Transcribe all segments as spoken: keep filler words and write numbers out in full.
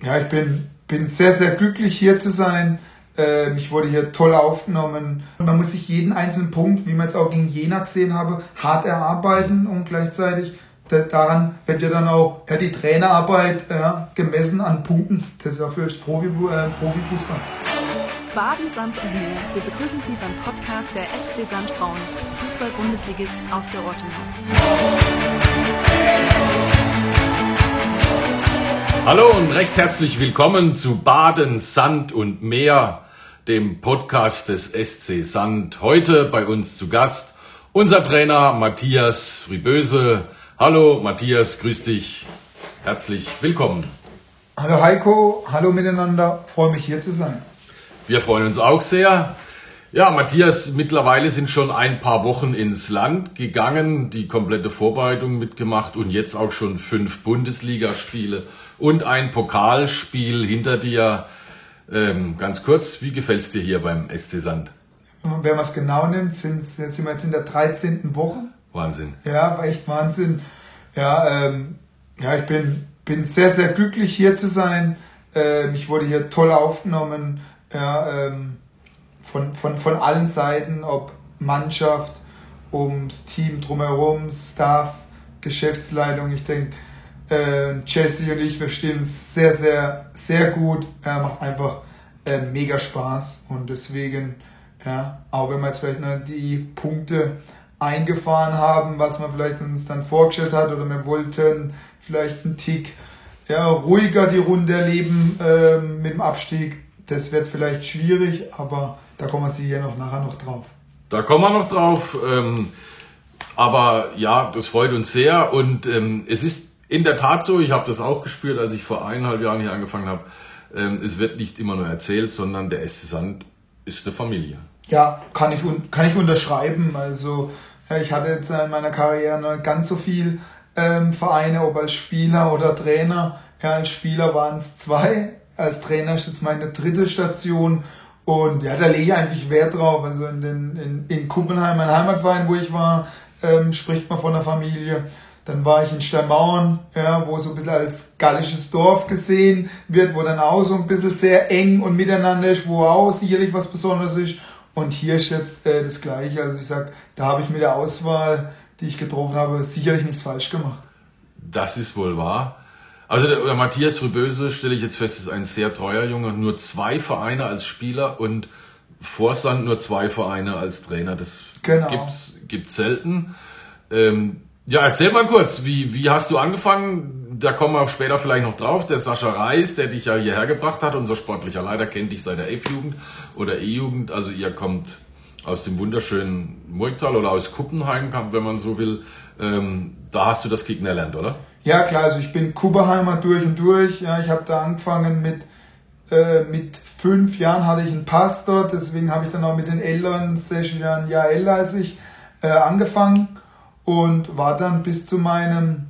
Ja, ich bin, bin sehr, sehr glücklich, hier zu sein. Ähm, ich wurde hier toll aufgenommen. Man muss sich jeden einzelnen Punkt, wie man jetzt auch gegen Jena gesehen habe, hart erarbeiten und gleichzeitig daran wird ja dann auch ja, die Trainerarbeit ja, gemessen an Punkten. Das ist ja für das Profi, äh, Profifußball. Baden, Sand und Meer. Wir begrüßen Sie beim Podcast der F C Sand Frauen, Fußball-Bundesligist aus der Ortenau. Hallo und recht herzlich willkommen zu Baden, Sand und Meer, dem Podcast des S C Sand. Heute bei uns zu Gast unser Trainer Matthias Friböse. Hallo Matthias, grüß dich. Herzlich willkommen. Hallo Heiko, hallo miteinander. Freue mich hier zu sein. Wir freuen uns auch sehr. Ja, Matthias, mittlerweile sind schon ein paar Wochen ins Land gegangen, die komplette Vorbereitung mitgemacht und jetzt auch schon fünf Bundesligaspiele und ein Pokalspiel hinter dir. Ähm, ganz kurz, wie gefällt es dir hier beim S C Sand? Wenn man es genau nimmt, sind, sind wir jetzt in der dreizehnten Woche. Wahnsinn. Ja, war echt Wahnsinn. Ja, ähm, ja ich bin, bin sehr, sehr glücklich, hier zu sein. Ähm, ich wurde hier toll aufgenommen. Ja, ähm, von, von, von allen Seiten, ob Mannschaft, ums Team drumherum, Staff, Geschäftsleitung. Ich denke, äh, Jesse und ich, wir stehen sehr, sehr, sehr gut. Ja, macht einfach äh, mega Spaß und deswegen, ja, auch wenn wir jetzt vielleicht noch die Punkte eingefahren haben, was man vielleicht uns dann vorgestellt hat oder wir wollten vielleicht einen Tick ja, ruhiger die Runde erleben äh, mit dem Abstieg. Das wird vielleicht schwierig, aber da kommen wir sie hier noch nachher noch drauf. Da kommen wir noch drauf. Ähm, aber ja, das freut uns sehr. Und ähm, es ist in der Tat so, ich habe das auch gespürt, als ich vor eineinhalb Jahren hier angefangen habe. Ähm, es wird nicht immer nur erzählt, sondern der S C Sand ist eine Familie. Ja, kann ich, kann ich unterschreiben. Also ja, ich hatte jetzt in meiner Karriere noch nicht ganz so viel ähm, Vereine, ob als Spieler oder Trainer. Ja, als Spieler waren es zwei. Als Trainer ist jetzt meine dritte Station und ja, da lege ich eigentlich Wert drauf. Also in, den, in, in Kuppenheim, mein Heimatverein, wo ich war, ähm, spricht man von der Familie. Dann war ich in Steinmauern, ja, wo so ein bisschen als gallisches Dorf gesehen wird, wo dann auch so ein bisschen sehr eng und miteinander ist, wo auch sicherlich was Besonderes ist. Und hier ist jetzt äh, das Gleiche. Also ich sag, da habe ich mit der Auswahl, die ich getroffen habe, sicherlich nichts falsch gemacht. Das ist wohl wahr. Also der, der Matthias Friböse, stelle ich jetzt fest, ist ein sehr treuer Junge. Nur zwei Vereine als Spieler und vor Sand nur zwei Vereine als Trainer. Das genau. gibt's, gibt's selten. Ähm, ja, erzähl mal kurz, wie, wie hast du angefangen? Da kommen wir auch später vielleicht noch drauf. Der Sascha Reis, der dich ja hierher gebracht hat, unser sportlicher Leiter, kennt dich seit der F-Jugend oder E-Jugend. Also ihr kommt aus dem wunderschönen Murgtal oder aus Kuppenheim, wenn man so will. Ähm, da hast du das Kicken erlernt, oder? Ja klar, also ich bin Kuppenheimer durch und durch. Ja, ich habe da angefangen mit äh, mit fünf Jahren hatte ich einen Pass dort, deswegen habe ich dann auch mit den Älteren, sechs Jahren, ein Jahr älter als ich, äh, angefangen und war dann bis zu meinem,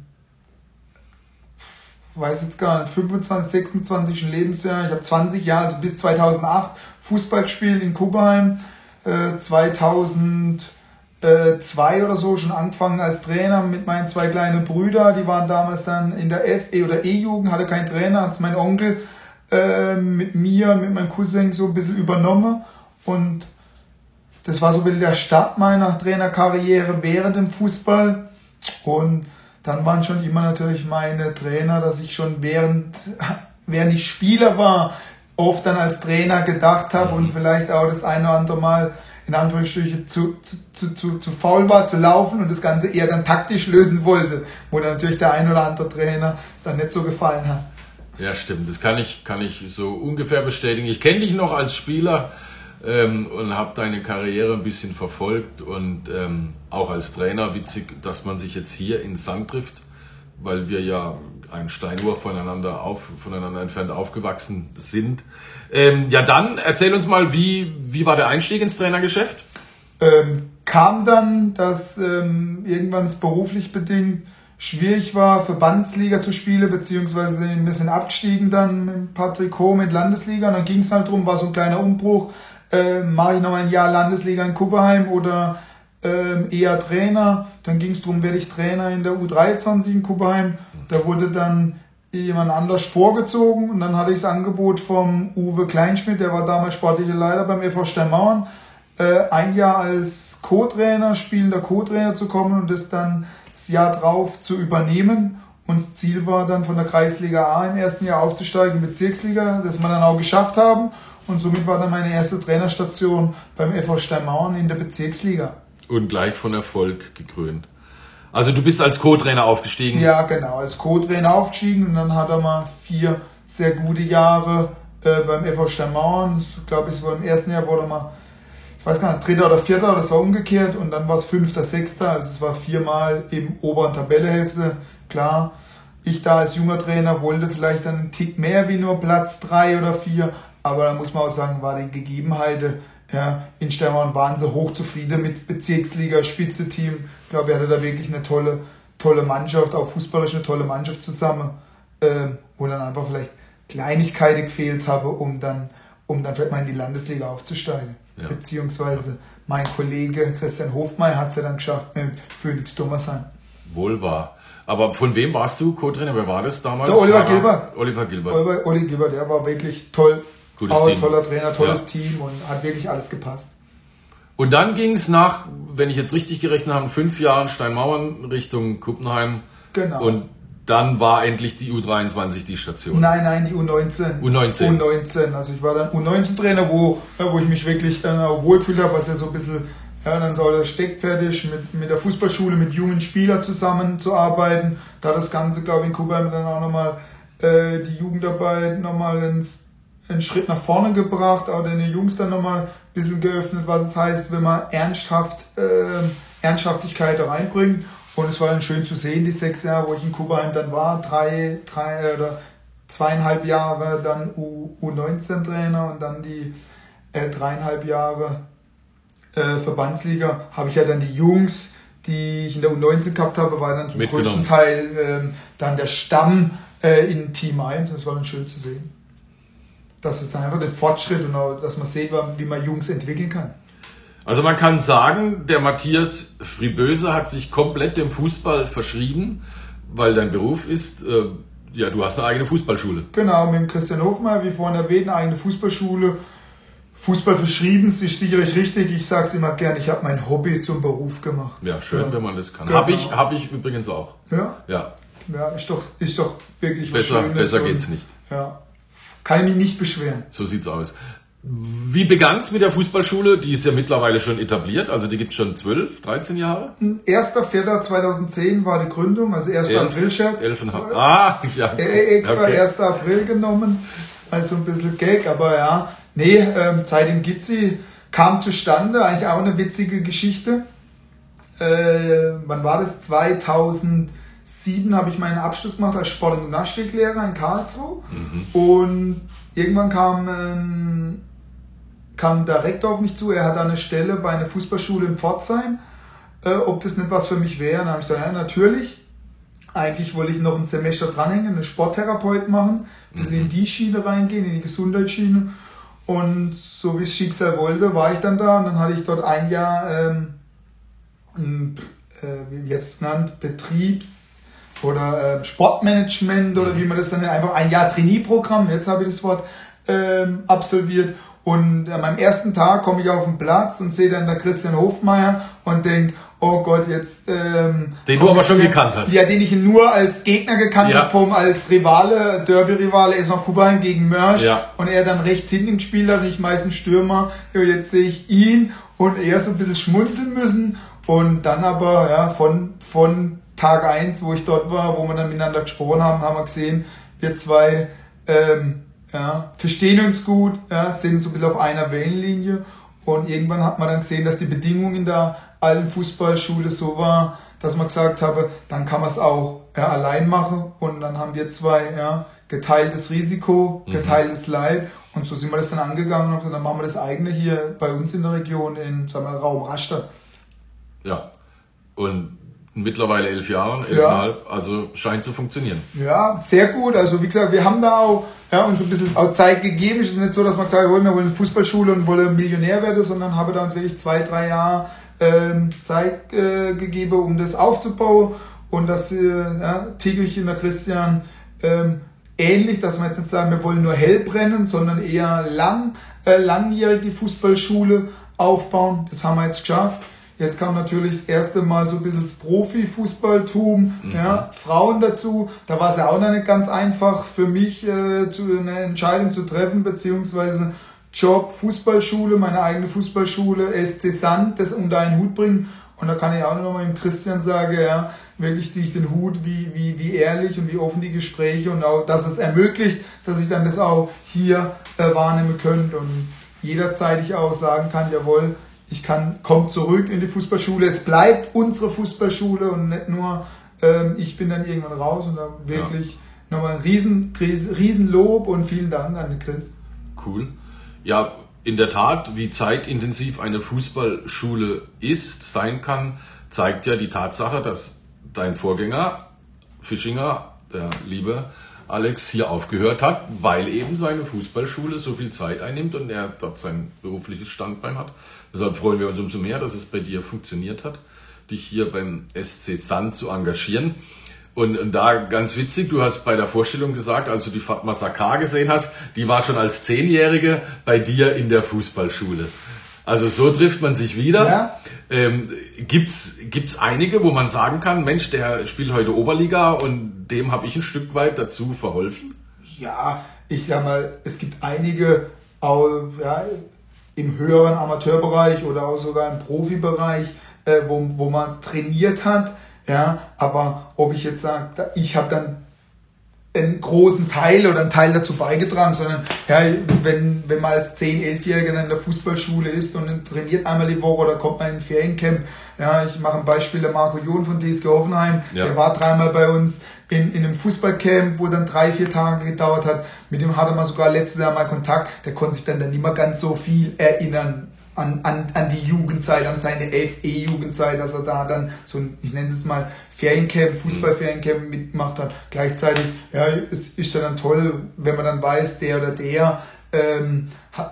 weiß jetzt gar nicht, fünfundzwanzig, sechsundzwanzig Lebensjahr. Ich habe zwanzig Jahre, also bis zweitausendacht Fußball gespielt in Kuppenheim. Äh, zweitausend zwei oder so schon angefangen als Trainer mit meinen zwei kleinen Brüdern, die waren damals dann in der F- oder E-Jugend, hatte keinen Trainer, hat es mein Onkel äh, mit mir, mit meinem Cousin so ein bisschen übernommen und das war so ein bisschen der Start meiner Trainerkarriere während dem Fußball und dann waren schon immer natürlich meine Trainer, dass ich schon während, während ich Spieler war, oft dann als Trainer gedacht habe und vielleicht auch das eine oder andere Mal in Anführungsstrichen zu, zu, zu, zu, zu faul war, zu laufen und das Ganze eher dann taktisch lösen wollte, wo dann natürlich der ein oder andere Trainer es dann nicht so gefallen hat. Ja, stimmt. Das kann ich, kann ich so ungefähr bestätigen. Ich kenne dich noch als Spieler ähm, und habe deine Karriere ein bisschen verfolgt und ähm, auch als Trainer. Witzig, dass man sich jetzt hier in Sand trifft, weil wir ja einen Steinwurf voneinander, auf, voneinander entfernt aufgewachsen sind. Ähm, ja, dann erzähl uns mal, wie, wie war der Einstieg ins Trainergeschäft? Ähm, kam dann, dass ähm, irgendwann es beruflich bedingt schwierig war, Verbandsliga zu spielen, beziehungsweise ein bisschen abgestiegen dann mit Patrick Ho mit Landesliga. Und dann ging es halt drum, war so ein kleiner Umbruch, äh, mache ich noch ein Jahr Landesliga in Kuppenheim oder ähm, eher Trainer. Dann ging es darum, werde ich Trainer in der U dreiundzwanzig in Kuppenheim. Da wurde dann jemand anders vorgezogen und dann hatte ich das Angebot vom Uwe Kleinschmidt, der war damals sportlicher Leiter beim F V Steinmauern, äh, ein Jahr als Co-Trainer, spielender Co-Trainer zu kommen und das dann das Jahr drauf zu übernehmen. Und das Ziel war dann von der Kreisliga A im ersten Jahr aufzusteigen in die Bezirksliga, das wir dann auch geschafft haben. Und somit war dann meine erste Trainerstation beim F V Steinmauern in der Bezirksliga. Und gleich von Erfolg gekrönt. Also du bist als Co-Trainer aufgestiegen? Ja, genau, als Co-Trainer aufgestiegen und dann hat er mal vier sehr gute Jahre äh, beim F V Steinmauern. Ich glaube, es war im ersten Jahr wurde mal, ich weiß gar nicht, dritter oder vierter, das war umgekehrt und dann war es fünfter, sechster, also es war viermal im oberen Tabellehälfte. Klar, ich da als junger Trainer wollte vielleicht dann einen Tick mehr wie nur Platz drei oder vier, aber da muss man auch sagen, war die Gegebenheiten, ja, in Steinmauern waren sie hochzufrieden mit Bezirksliga, Spitze-Team. Ich glaube, er hatte da wirklich eine tolle, tolle Mannschaft, auch fußballisch eine tolle Mannschaft zusammen, äh, wo dann einfach vielleicht Kleinigkeiten gefehlt habe, um dann, um dann vielleicht mal in die Landesliga aufzusteigen. Ja. Beziehungsweise mein Kollege Christian Hofmeier hat es ja dann geschafft mit Phoenix Dummersheim. Wohl wahr. Aber von wem warst du Co-Trainer? Wer war das damals? Der Oliver Gilbert. Oliver Gilbert. Oliver, Oliver Gilbert, der war wirklich toll. Gutes auch ein Team. toller Trainer, tolles Ja. Team und hat wirklich alles gepasst. Und dann ging es nach, wenn ich jetzt richtig gerechnet habe, fünf Jahren Steinmauern Richtung Kuppenheim. Genau. Und dann war endlich die U dreiundzwanzig die Station. Nein, nein, die U neunzehn. U neunzehn. U neunzehn. Also ich war dann U neunzehn Trainer, wo, wo ich mich wirklich dann auch wohlgefühlt habe, was ja so ein bisschen, ja, dann so das steckfertig mit, mit der Fußballschule, mit jungen Spielern zusammenzuarbeiten. Da das Ganze, glaube ich, in Kuppenheim dann auch nochmal äh, die Jugendarbeit nochmal ins einen Schritt nach vorne gebracht, auch den Jungs dann nochmal ein bisschen geöffnet, was es heißt, wenn man ernsthaft, äh, Ernsthaftigkeit da reinbringt. Und es war dann schön zu sehen, die sechs Jahre, wo ich in Kuppenheim dann war, drei, drei oder zweieinhalb Jahre dann U neunzehn Trainer und dann die äh, dreieinhalb Jahre äh, Verbandsliga, habe ich ja dann die Jungs, die ich in der U neunzehn gehabt habe, war dann zum größten Teil äh, dann der Stamm äh, in Team eins. Das war dann schön zu sehen. Das ist dann einfach der Fortschritt und auch, dass man sieht, wie man Jungs entwickeln kann. Also man kann sagen, der Matthias Friböse hat sich komplett dem Fußball verschrieben, weil dein Beruf ist, äh, ja, du hast eine eigene Fußballschule. Genau, mit dem Christian Hofmeier, wie vorhin erwähnt, eine eigene Fußballschule. Fußball verschrieben ist sicherlich richtig. Ich sage es immer gern, ich habe mein Hobby zum Beruf gemacht. Ja, schön, ja. Wenn man das kann. Genau. Habe ich, hab ich übrigens auch. Ja? Ja. Ja, ist doch, ist doch wirklich besser, was Schönes. Besser geht's nicht. Ja. Kann ich mich nicht beschweren. So sieht's aus. Wie begann es mit der Fußballschule? Die ist ja mittlerweile schon etabliert, also die gibt es schon zwölf, dreizehn Jahre. erster Vierter zweitausendzehn war die Gründung, also erster April-Scherz. Ah, ja. Extra okay. erster April genommen, also ein bisschen Gag, aber ja. Nee, ähm, seitdem gibt sie, kam zustande, eigentlich auch eine witzige Geschichte. Äh, wann war das? zweitausendsieben habe ich meinen Abschluss gemacht als Sport- und Gymnastiklehrer in Karlsruhe. Mhm. Und irgendwann kam ein kam der Rektor auf mich zu, er hat eine Stelle bei einer Fußballschule in Pforzheim, äh, ob das nicht was für mich wäre. Dann habe ich gesagt, ja, natürlich. Eigentlich wollte ich noch ein Semester dranhängen, einen Sporttherapeut machen, ein bisschen in die Schiene reingehen, in die Gesundheitsschiene. Und so wie es Schicksal wollte, war ich dann da und dann hatte ich dort ein Jahr, ähm, äh, wie jetzt genannt, Betriebs- oder äh, Sportmanagement oder wie man das dann nennt, einfach ein Jahr Trainee-Programm, jetzt habe ich das Wort ähm, absolviert. Und an meinem ersten Tag komme ich auf den Platz und sehe dann der Christian Hofmeier und denke, oh Gott, jetzt... Ähm, den du aber schon hier, gekannt hast. Ja, den ich nur als Gegner gekannt ja. habe, als Rivale, Derby-Rivale, S V Kuppenheim gegen Mörsch. Ja. Und er dann rechts hinten gespielt hat und ich meistens Stürmer. Ja, jetzt sehe ich ihn und er so ein bisschen schmunzeln müssen. Und dann aber ja, von, von Tag eins, wo ich dort war, wo wir dann miteinander gesprochen haben, haben wir gesehen, wir zwei... Ähm, Ja, verstehen uns gut, ja, sind so ein bisschen auf einer Wellenlinie und irgendwann hat man dann gesehen, dass die Bedingungen in der alten Fußballschule so war, dass man gesagt habe, dann kann man es auch ja, allein machen und dann haben wir zwei ja, geteiltes Risiko, geteiltes mhm. Leid und so sind wir das dann angegangen und haben gesagt, dann machen wir das eigene hier bei uns in der Region in sagen wir, Raum Rastatt. Ja, und mittlerweile elf Jahre, elfeinhalb, ja. Also scheint zu funktionieren. Ja, sehr gut. Also wie gesagt, wir haben da auch ja, uns ein bisschen auch Zeit gegeben. Es ist nicht so, dass man sagt, wir wollen eine Fußballschule und wollen Millionär werden, sondern haben da uns wirklich zwei, drei Jahre ähm, Zeit äh, gegeben, um das aufzubauen. Und dass äh, ja, täglich in der Christian ähm, ähnlich, dass wir jetzt nicht sagen, wir wollen nur hell brennen, sondern eher lang, äh, langjährig die Fußballschule aufbauen. Das haben wir jetzt geschafft. Jetzt kam natürlich das erste Mal so ein bisschen das Profifußballtum, mhm. ja, Frauen dazu. Da war es ja auch noch nicht ganz einfach für mich, äh, zu, eine Entscheidung zu treffen, beziehungsweise Job, Fußballschule, meine eigene Fußballschule, S C Sand, das unter einen Hut bringen. Und da kann ich auch nochmal dem Christian sagen, ja, wirklich ziehe ich den Hut, wie, wie, wie ehrlich und wie offen die Gespräche und auch, dass es ermöglicht, dass ich dann das auch hier äh, wahrnehmen könnte und jederzeit ich auch sagen kann, jawohl, ich kann, kommt zurück in die Fußballschule, es bleibt unsere Fußballschule und nicht nur, ähm, ich bin dann irgendwann raus und da wirklich ja. nochmal ein riesen, riesen Lob und vielen Dank an den Chris. Cool. Ja, in der Tat, wie zeitintensiv eine Fußballschule ist, sein kann, zeigt ja die Tatsache, dass dein Vorgänger, Fischinger, der liebe Alex, hier aufgehört hat, weil eben seine Fußballschule so viel Zeit einnimmt und er dort sein berufliches Standbein hat. Deshalb freuen wir uns umso mehr, dass es bei dir funktioniert hat, dich hier beim S C Sand zu engagieren. Und, und da ganz witzig, du hast bei der Vorstellung gesagt, als du die Fatma Sakar gesehen hast, die war schon als Zehnjährige bei dir in der Fußballschule. Also so trifft man sich wieder. Ja. Ähm, gibt's gibt's einige, wo man sagen kann, Mensch, der spielt heute Oberliga und dem habe ich ein Stück weit dazu verholfen? Ja, ich sag mal, es gibt einige auch, ja, im höheren Amateurbereich oder auch sogar im Profibereich, äh, wo, wo man trainiert hat. Ja, aber ob ich jetzt sage, ich habe dann einen großen Teil oder einen Teil dazu beigetragen, sondern ja, wenn, wenn man als zehn-, elfjähriger dann in der Fußballschule ist und trainiert einmal die Woche oder kommt man in ein Feriencamp, ja, ich mache ein Beispiel, der Marco John von T S G Hoffenheim, ja. Der war dreimal bei uns in, in einem Fußballcamp, wo dann drei, vier Tage gedauert hat, mit dem hatte man sogar letztes Jahr mal Kontakt, der konnte sich dann, dann nicht mehr ganz so viel erinnern, An, an, an die Jugendzeit, an seine F E-Jugendzeit, dass er da dann so ein, ich nenne es mal Feriencamp, Fußballferiencamp mitgemacht hat. Gleichzeitig, ja, es ist ja dann toll, wenn man dann weiß, der oder der ähm,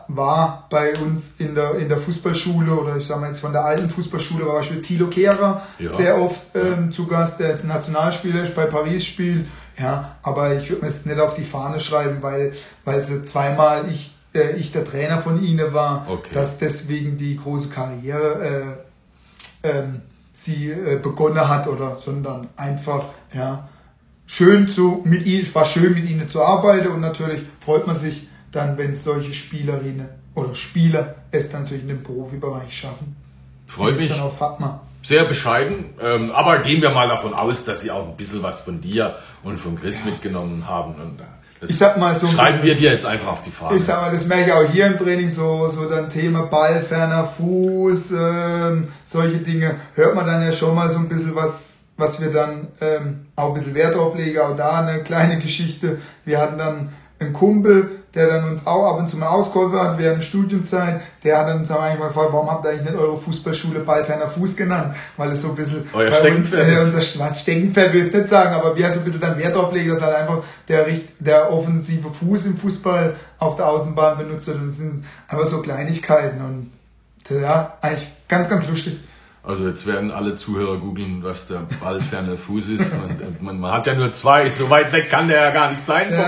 war bei uns in der, in der Fußballschule oder ich sage mal jetzt von der alten Fußballschule, war beispielsweise Thilo Kehrer ja. sehr oft ähm, zu Gast, der jetzt Nationalspieler ist, bei Paris spielt. Ja, aber ich würde mir jetzt nicht auf die Fahne schreiben, weil, weil sie zweimal ich ich der Trainer von ihnen war, okay. dass deswegen die große Karriere äh, ähm, sie äh, begonnen hat, oder sondern einfach ja schön zu mit ihnen, es war schön mit ihnen zu arbeiten und natürlich freut man sich dann, wenn solche Spielerinnen oder Spieler es dann natürlich in den Profibereich schaffen. Freut mich. Dann auf Fatma. Sehr bescheiden, ähm, aber gehen wir mal davon aus, dass sie auch ein bisschen was von dir und von Chris ja. mitgenommen haben. Und das ich sag mal so schreiben wir dir jetzt einfach auf die Fahne. Ich sag mal, das merke ich auch hier im Training, so, so dann Thema Ball, ferner Fuß, ähm, solche Dinge, hört man dann ja schon mal so ein bisschen was, was wir dann ähm, auch ein bisschen Wert drauf legen. Auch da eine kleine Geschichte. Wir hatten dann einen Kumpel, der dann uns auch ab und zu mal ausgeholfen hat während der Studienzeit, der hat dann uns eigentlich mal gefragt, warum habt ihr eigentlich nicht eure Fußballschule Ballferner Fuß genannt? Weil es so ein bisschen euer bei Steckenpferd uns, äh, unser, was Steckenpferd will ich jetzt nicht sagen, aber wir halt so ein bisschen dann Wert drauf legen, dass halt einfach der, der offensive Fuß im Fußball auf der Außenbahn benutzt wird und es sind einfach so Kleinigkeiten und ja, eigentlich ganz, ganz lustig. Also jetzt werden alle Zuhörer googeln, was der ballferne Fuß ist. Und man, man hat ja nur zwei, so weit weg kann der ja gar nicht sein vom ja.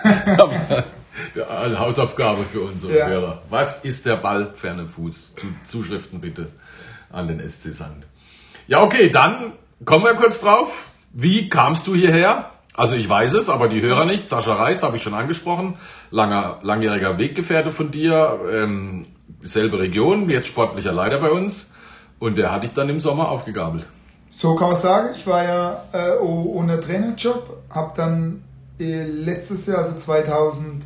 Ball. Ja, Hausaufgabe für unsere ja. Hörer. Was ist der ballferne Fuß? Zuschriften bitte an den S C Sand. Ja, okay, dann kommen wir kurz drauf. Wie kamst du hierher? Also ich weiß es, aber die Hörer nicht. Sascha Reis habe ich schon angesprochen. Langer, langjähriger Weggefährte von dir. Ähm, selbe Region, jetzt sportlicher Leiter bei uns. Und der hat dich dann im Sommer aufgegabelt. So kann man sagen. Ich war ja äh, ohne Trainerjob. Habe dann äh, letztes Jahr, also zwanzig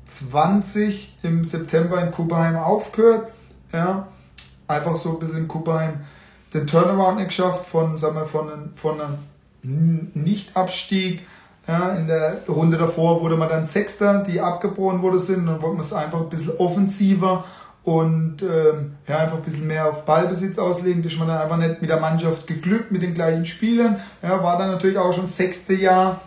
zwanzig, im September in Kuppenheim aufgehört. Ja, einfach so ein bisschen in Kuppenheim den Turnaround nicht geschafft von, sagen wir, von, einem, von einem Nicht-Abstieg. Ja, in der Runde davor wurde man dann Sechster, die abgebrochen wurde sind. Dann wollten wir es einfach ein bisschen offensiver und ähm, ja, einfach ein bisschen mehr auf Ballbesitz auslegen. Das ist man dann einfach nicht mit der Mannschaft geglückt, mit den gleichen Spielern. Ja, war dann natürlich auch schon das sechste Jahr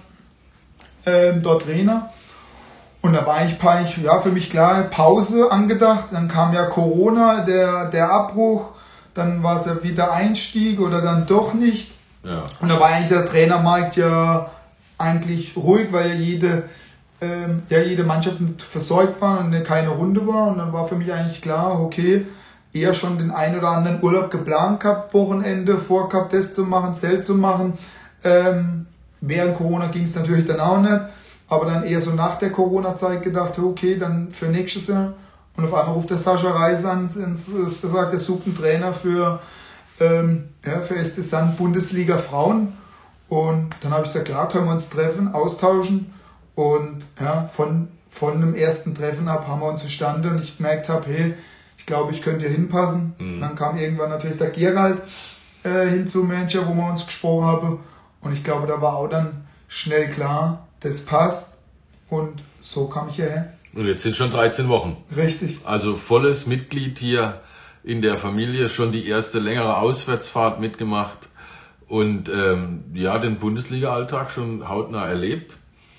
ähm, dort Trainer. Und da war ich, ja, für mich klar, Pause angedacht. Dann kam ja Corona, der, der Abbruch. Dann war es ja wieder Einstieg oder dann doch nicht. Ja. Und da war eigentlich der Trainermarkt ja eigentlich ruhig, weil ja jede, ähm, ja, jede Mannschaft versorgt war und keine Runde war. Und dann war für mich eigentlich klar, okay, eher schon den einen oder anderen Urlaub geplant gehabt, Wochenende, vorgehabt, das zu machen, Zelt zu machen. Ähm, während Corona ging es natürlich dann auch nicht, aber dann eher so nach der Corona-Zeit gedacht, okay, dann für nächstes Jahr. Und auf einmal ruft der Sascha Reis an, sagt, er sucht einen Trainer für, ähm, ja, für S C Sand Bundesliga Frauen. Und dann habe ich gesagt, klar, können wir uns treffen, austauschen. Und ja, von, von dem ersten Treffen ab haben wir uns zustande und ich gemerkt habe, hey, ich glaube, ich könnte hier hinpassen. Mhm. Dann kam irgendwann natürlich der Gerald äh, hin zum Manager, wo wir uns gesprochen haben. Und ich glaube, da war auch dann schnell klar, das passt. Und so kam ich hierher. Und jetzt sind schon dreizehn Wochen. Richtig. Also volles Mitglied hier in der Familie, schon die erste längere Auswärtsfahrt mitgemacht und ähm, ja, den Bundesliga-Alltag schon hautnah erlebt.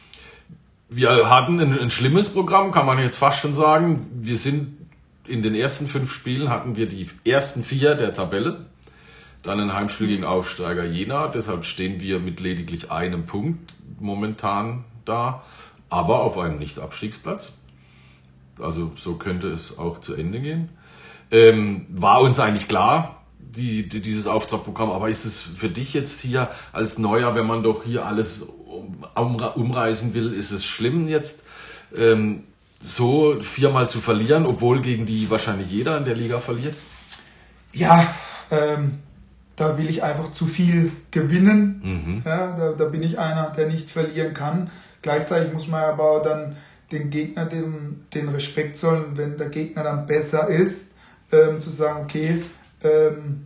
Wir hatten ein, ein schlimmes Programm, kann man jetzt fast schon sagen. Wir sind in den ersten fünf Spielen hatten wir die ersten vier der Tabelle. Dann ein Heimspiel gegen Aufsteiger Jena, deshalb stehen wir mit lediglich einem Punkt momentan da, aber auf einem Nicht-Abstiegsplatz. Also so könnte es auch zu Ende gehen. Ähm, war uns eigentlich klar, die, die, dieses Auftragprogramm, aber ist es für dich jetzt hier als Neuer, wenn man doch hier alles um, umreißen will, ist es schlimm jetzt, ähm, so viermal zu verlieren, obwohl gegen die wahrscheinlich jeder in der Liga verliert? Ja, ähm, da will ich einfach zu viel gewinnen. Mhm. Ja, da, da bin ich einer, der nicht verlieren kann. Gleichzeitig muss man aber auch dann dem Gegner den, den Respekt zollen, wenn der Gegner dann besser ist, ähm, zu sagen, okay, ähm,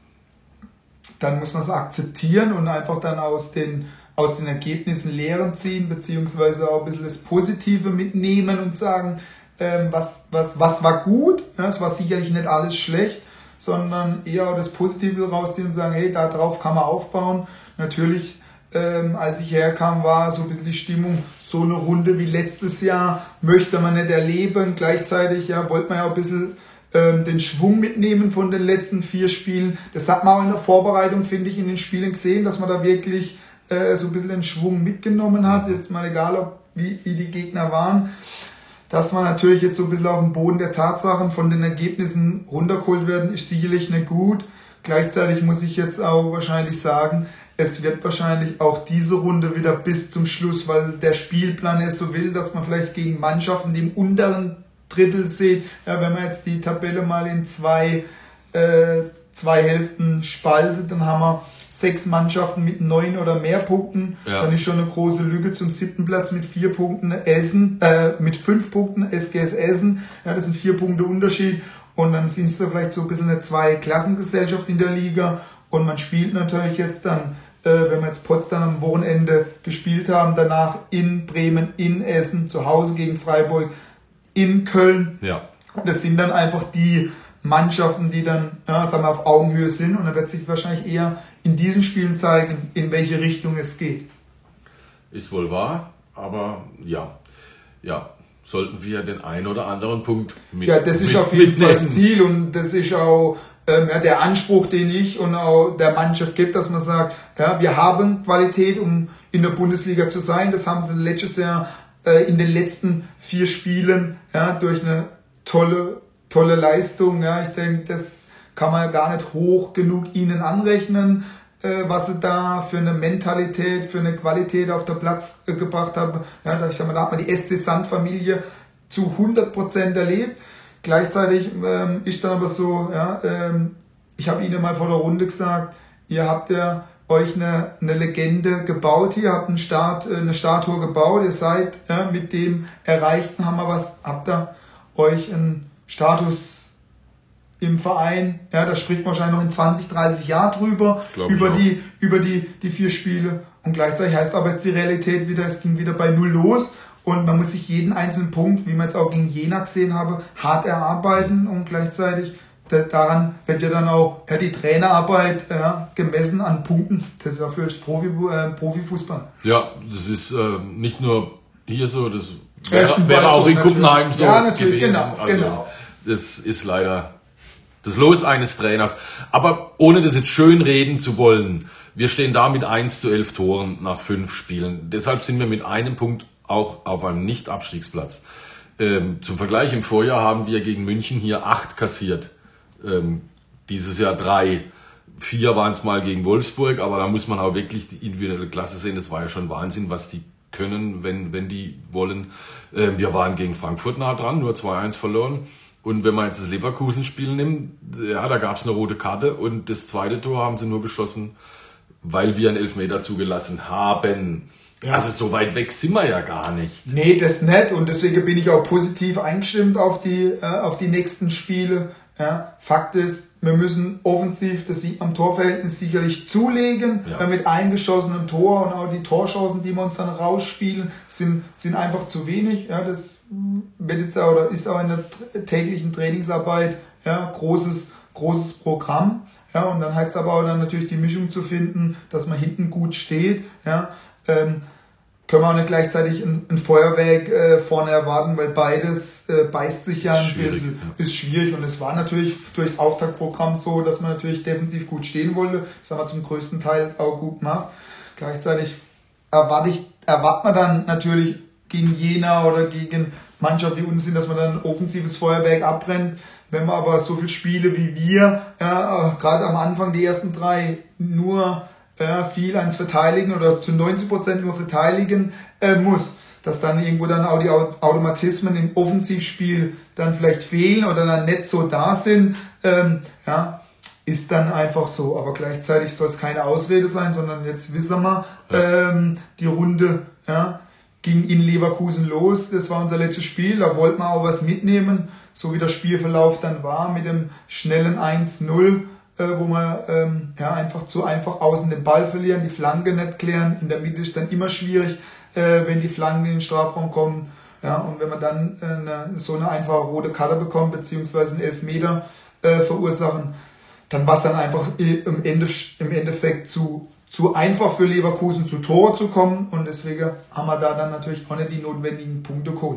dann muss man es akzeptieren und einfach dann aus den, aus den Ergebnissen Lehren ziehen, beziehungsweise auch ein bisschen das Positive mitnehmen und sagen, ähm, was, was, was war gut, ja, es war sicherlich nicht alles schlecht, sondern eher auch das Positive rausziehen und sagen, hey, darauf kann man aufbauen. Natürlich, ähm, als ich herkam, war so ein bisschen die Stimmung, so eine Runde wie letztes Jahr möchte man nicht erleben. Gleichzeitig ja, wollte man ja auch ein bisschen ähm, den Schwung mitnehmen von den letzten vier Spielen. Das hat man auch in der Vorbereitung, finde ich, in den Spielen gesehen, dass man da wirklich äh, so ein bisschen den Schwung mitgenommen hat. Jetzt mal egal, ob wie, wie die Gegner waren. Dass man natürlich jetzt so ein bisschen auf dem Boden der Tatsachen von den Ergebnissen runtergeholt werden, ist sicherlich nicht gut. Gleichzeitig muss ich jetzt auch wahrscheinlich sagen, es wird wahrscheinlich auch diese Runde wieder bis zum Schluss, weil der Spielplan es so will, dass man vielleicht gegen Mannschaften, die im unteren Drittel sieht, ja, wenn man jetzt die Tabelle mal in zwei, äh, zwei Hälften spaltet, dann haben wir sechs Mannschaften mit neun oder mehr Punkten, ja. Dann ist schon eine große Lücke zum siebten Platz mit vier Punkten Essen, äh, mit fünf Punkten S G S Essen, ja, das sind vier Punkte Unterschied und dann sind es da vielleicht so ein bisschen eine Zwei-Klassengesellschaft in der Liga und man spielt natürlich jetzt dann, äh, wenn wir jetzt Potsdam am Wochenende gespielt haben, danach in Bremen, in Essen, zu Hause gegen Freiburg, in Köln. Ja. Das sind dann einfach die Mannschaften, die dann, ja, sagen wir, auf Augenhöhe sind und dann wird sich wahrscheinlich eher in diesen Spielen zeigen, in welche Richtung es geht. Ist wohl wahr, aber ja, ja, sollten wir den einen oder anderen Punkt mit Ja, das ist mit, auf jeden mitnehmen. Fall das Ziel und das ist auch ähm, ja, der Anspruch, den ich und auch der Mannschaft gibt, dass man sagt, ja, wir haben Qualität, um in der Bundesliga zu sein. Das haben sie letztes Jahr äh, in den letzten vier Spielen ja, durch eine tolle, tolle Leistung. Ja, ich denke, das kann man gar nicht hoch genug ihnen anrechnen, äh, was sie da für eine Mentalität, für eine Qualität auf den Platz äh, gebracht haben. Ja, da, ich sag mal, da hat man die S C Sand-Familie zu hundert Prozent erlebt. Gleichzeitig ähm, ist dann aber so, ja, ähm, ich habe ihnen mal vor der Runde gesagt, ihr habt ja euch eine, eine Legende gebaut hier, habt einen Start, eine Statue gebaut, ihr seid ja, mit dem Erreichten, haben wir was, habt ihr euch einen Status im Verein, ja, da spricht man wahrscheinlich noch in zwanzig, dreißig Jahren drüber, über die, über die, die vier Spiele. Und gleichzeitig heißt aber jetzt die Realität wieder, es ging wieder bei Null los und man muss sich jeden einzelnen Punkt, wie wir jetzt auch gegen Jena gesehen haben, hart erarbeiten und gleichzeitig daran wird ja dann auch ja, die Trainerarbeit ja, gemessen an Punkten. Das ist ja für das Profi, äh, Profifußball. Ja, das ist äh, nicht nur hier so, das wäre, wäre auch in Kuppenheim so ja, natürlich, gewesen. Genau, also, genau. Das ist leider Das Los eines Trainers. Aber ohne das jetzt schön reden zu wollen, wir stehen da mit eins zu elf Toren nach fünf Spielen. Deshalb sind wir mit einem Punkt auch auf einem Nicht-Abstiegsplatz. Ähm, zum Vergleich, im Vorjahr haben wir gegen München hier acht kassiert. Ähm, dieses Jahr drei. Vier waren es mal gegen Wolfsburg, aber da muss man auch wirklich die individuelle Klasse sehen. Das war ja schon Wahnsinn, was die können, wenn, wenn die wollen. Ähm, wir waren gegen Frankfurt nah dran, nur zwei eins verloren. Und wenn man jetzt das Leverkusen-Spiel nimmt, ja, da gab es eine rote Karte und das zweite Tor haben sie nur geschossen, weil wir einen Elfmeter zugelassen haben. Ja. Also so weit weg sind wir ja gar nicht. Nee, das nicht und deswegen bin ich auch positiv eingestimmt auf die, äh, auf die nächsten Spiele. Ja, Fakt ist, wir müssen offensiv das am Torverhältnis sicherlich zulegen, ja. Mit eingeschossenem Tor und auch die Torchancen, die wir uns dann rausspielen, sind, sind einfach zu wenig. Ja, das wird jetzt auch, oder ist auch in der täglichen Trainingsarbeit, ja, großes, großes Programm. Ja, und dann heißt es aber auch dann natürlich die Mischung zu finden, dass man hinten gut steht. Ja, ähm, können wir auch nicht gleichzeitig ein, ein Feuerwerk äh, vorne erwarten, weil beides äh, beißt sich ja ein schwierig, bisschen, ja. Ist schwierig und es war natürlich durchs Auftaktprogramm so, dass man natürlich defensiv gut stehen wollte, das haben wir zum größten Teil auch gut gemacht. Gleichzeitig erwarte ich, erwartet man dann natürlich gegen Jena oder gegen Mannschaften, die unten sind, dass man dann ein offensives Feuerwerk abbrennt. Wenn man aber so viele Spiele wie wir, ja, gerade am Anfang die ersten drei nur äh, viel ans Verteidigen oder zu neunzig Prozent nur verteidigen äh, muss, dass dann irgendwo dann auch die Automatismen im Offensivspiel dann vielleicht fehlen oder dann nicht so da sind, ähm, ja, ist dann einfach so. Aber gleichzeitig soll es keine Ausrede sein, sondern jetzt wissen wir, ähm, die Runde, ja, ging in Leverkusen los, das war unser letztes Spiel, da wollten wir auch was mitnehmen, so wie der Spielverlauf dann war mit dem schnellen eins null, äh, wo wir ähm, ja, einfach zu einfach außen den Ball verlieren, die Flanke nicht klären, in der Mitte ist dann immer schwierig, äh, wenn die Flanken in den Strafraum kommen, ja, und wenn man dann äh, eine, so eine einfache rote Karte bekommt, beziehungsweise einen Elfmeter äh, verursachen, dann war es dann einfach im, Ende, im Endeffekt zu zu einfach für Leverkusen zu Tore zu kommen und deswegen haben wir da dann natürlich auch nicht die notwendigen Punkte geholt,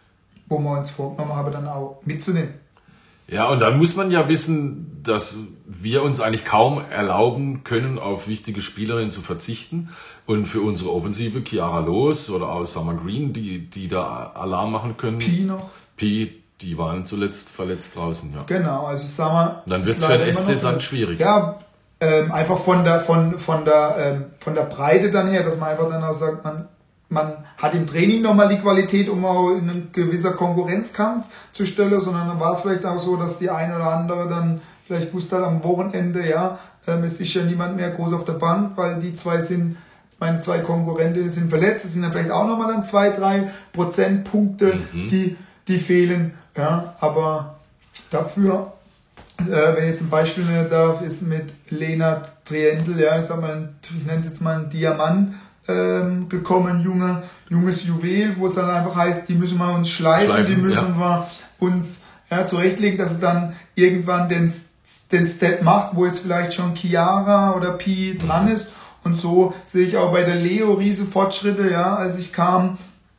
wo wir uns vorgenommen haben, dann auch mitzunehmen. Ja, und dann muss man ja wissen, dass wir uns eigentlich kaum erlauben können, auf wichtige Spielerinnen zu verzichten und für unsere Offensive Chiara Loos oder auch Summer Green, die, die da Alarm machen können. Pi noch. Pi, die waren zuletzt verletzt draußen, ja. Genau, also Summer. Dann wird es für den S C Sand schwierig. Ja, Ähm, einfach von der, von, von, der, ähm, von der Breite dann her, dass man einfach dann auch sagt, man, man hat im Training nochmal die Qualität, um auch in einen gewisser Konkurrenzkampf zu stellen, sondern dann war es vielleicht auch so, dass die eine oder andere dann vielleicht gewusst hat am Wochenende, ja, ähm, es ist ja niemand mehr groß auf der Bank, weil die zwei sind, meine zwei Konkurrentinnen sind verletzt, es sind dann vielleicht auch nochmal dann zwei, drei Prozentpunkte, mhm. die, die fehlen, ja, aber dafür, Äh, wenn ich jetzt ein Beispiel nennen darf, ist mit Lena Triendl, ja, ich sag mal, ich nenne es jetzt mal ein Diamant ähm, gekommen, junge, junges Juwel, wo es dann einfach heißt, die müssen wir uns schleifen, schleifen die müssen ja. wir uns ja, zurechtlegen, dass sie dann irgendwann den, den Step macht, wo jetzt vielleicht schon Chiara oder Pi mhm. dran ist. Und so sehe ich auch bei der Leo riese Fortschritte, ja, als ich kam,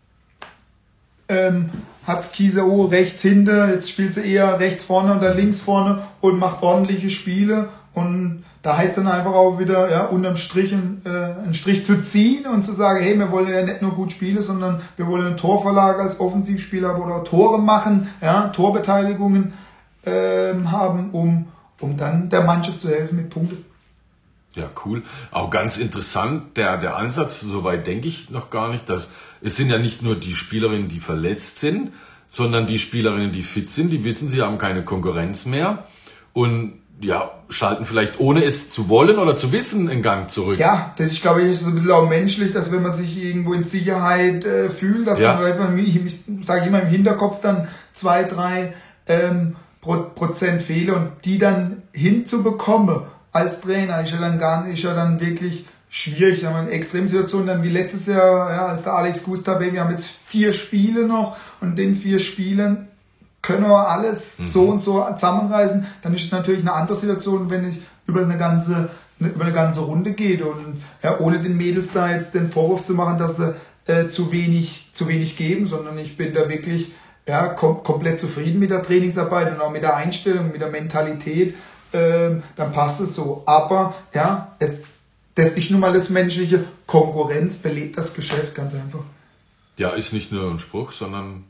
ähm, hat's Kisao rechts hinter, jetzt spielt sie eher rechts vorne oder links vorne und macht ordentliche Spiele und da heißt dann einfach auch wieder, ja, unterm Strich einen, äh, einen Strich zu ziehen und zu sagen, hey, wir wollen ja nicht nur gut spielen, sondern wir wollen einen Torverlag als Offensivspieler oder Tore machen, ja, Torbeteiligungen ähm, haben, um, um dann der Mannschaft zu helfen mit Punkten. Ja, cool. Auch ganz interessant, der, der Ansatz, soweit denke ich noch gar nicht, dass es sind ja nicht nur die Spielerinnen, die verletzt sind, sondern die Spielerinnen, die fit sind, die wissen, sie haben keine Konkurrenz mehr und ja, schalten vielleicht ohne es zu wollen oder zu wissen einen Gang zurück. Ja, das ist, glaube ich, so ein bisschen auch menschlich, dass wenn man sich irgendwo in Sicherheit äh, fühlt, dass ja. man einfach, ich sage immer im Hinterkopf dann zwei, drei ähm, Prozent Fehler und die dann hinzubekommen als Trainer ist ja dann gar nicht, ist ja dann wirklich schwierig. Da haben wir eine Extremsituation dann wie letztes Jahr, ja, als der Alex Gustav, wir haben jetzt vier Spiele noch und in den vier Spielen können wir alles mhm. so und so zusammenreißen. Dann ist es natürlich eine andere Situation, wenn ich über eine ganze, über eine ganze Runde gehe und ja, ohne den Mädels da jetzt den Vorwurf zu machen, dass sie äh, zu wenig, zu wenig geben, sondern ich bin da wirklich ja, kom- komplett zufrieden mit der Trainingsarbeit und auch mit der Einstellung, mit der Mentalität, ähm, dann passt es so. Aber ja, es, das ist nun mal das Menschliche. Konkurrenz belebt das Geschäft ganz einfach. Ja, ist nicht nur ein Spruch, sondern...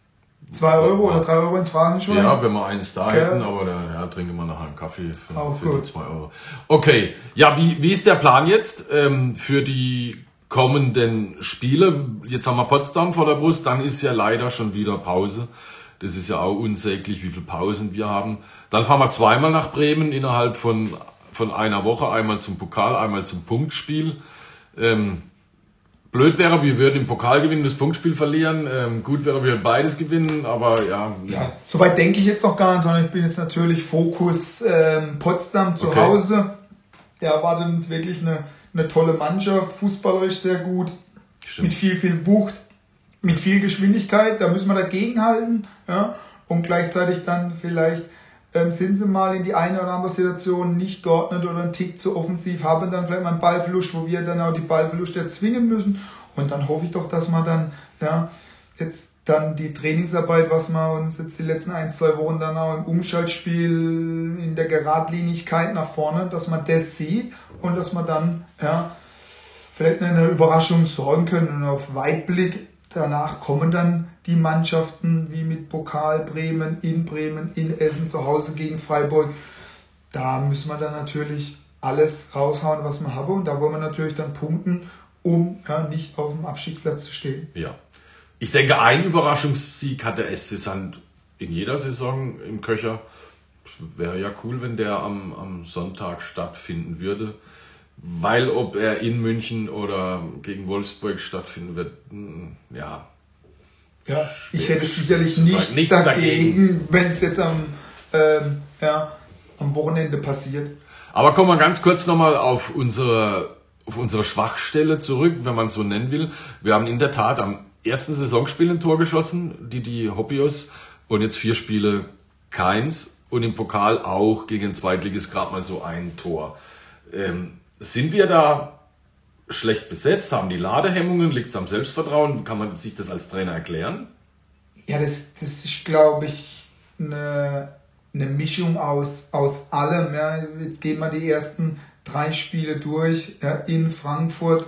Zwei Euro oder drei Euro ins Phrasenschwein? Ja, wenn wir eins da okay. hätten, aber dann ja, trinken wir nachher einen Kaffee für, Auch für gut. die zwei Euro. Okay, ja, wie, wie ist der Plan jetzt ähm, für die kommenden Spiele? Jetzt haben wir Potsdam vor der Brust, dann ist ja leider schon wieder Pause. Das ist ja auch unsäglich, wie viele Pausen wir haben. Dann fahren wir zweimal nach Bremen innerhalb von, von einer Woche, einmal zum Pokal, einmal zum Punktspiel. Ähm, Blöd wäre, wir würden im Pokal gewinnen, das Punktspiel verlieren. Ähm, gut wäre, wir würden beides gewinnen, aber ja. Ja, soweit denke ich jetzt noch gar nicht, sondern ich bin jetzt natürlich Fokus ähm, Potsdam zu Okay. Hause. Da erwartet uns wirklich eine, eine tolle Mannschaft, fußballerisch sehr gut, Stimmt. mit viel, viel Wucht, mit viel Geschwindigkeit. Da müssen wir dagegenhalten. Ja? Und gleichzeitig dann vielleicht ähm, sind sie mal in die eine oder andere Situation nicht geordnet oder einen Tick zu offensiv, haben dann vielleicht mal einen Ballverlust, wo wir dann auch die Ballverluste erzwingen müssen. Und dann hoffe ich doch, dass man dann ja jetzt dann die Trainingsarbeit, was wir uns jetzt die letzten ein, zwei Wochen dann auch im Umschaltspiel in der Geradlinigkeit nach vorne, dass man das sieht und dass man dann ja vielleicht eine Überraschung sorgen können. Und auf Weitblick danach kommen dann die Mannschaften wie mit Pokal Bremen, in Bremen, in Essen, zu Hause gegen Freiburg. Da müssen wir dann natürlich alles raushauen, was wir haben. Und da wollen wir natürlich dann punkten, um ja, nicht auf dem Abstiegsplatz zu stehen. Ja. Ich denke, ein Überraschungssieg hat der S C Sand in jeder Saison im Köcher. Wäre ja cool, wenn der am, am Sonntag stattfinden würde. Weil ob er in München oder gegen Wolfsburg stattfinden wird, ja. Ja, ich hätte sicherlich Nichts nichts, nichts dagegen, dagegen. wenn es jetzt am, ähm, ja, am Wochenende passiert. Aber kommen wir ganz kurz nochmal auf unsere, auf unsere Schwachstelle zurück, wenn man es so nennen will. Wir haben in der Tat am ersten Saisonspiel ein Tor geschossen, die, die Hoppios, und jetzt vier Spiele keins. Und im Pokal auch gegen den Zweitligist gerade mal so ein Tor. Ähm, sind wir da schlecht besetzt? Haben die Ladehemmungen? Liegt es am Selbstvertrauen? Kann man sich das als Trainer erklären? Ja, das, das ist, glaube ich, eine, eine Mischung aus, aus allem. Ja. Jetzt gehen wir die ersten drei Spiele durch, ja, in Frankfurt,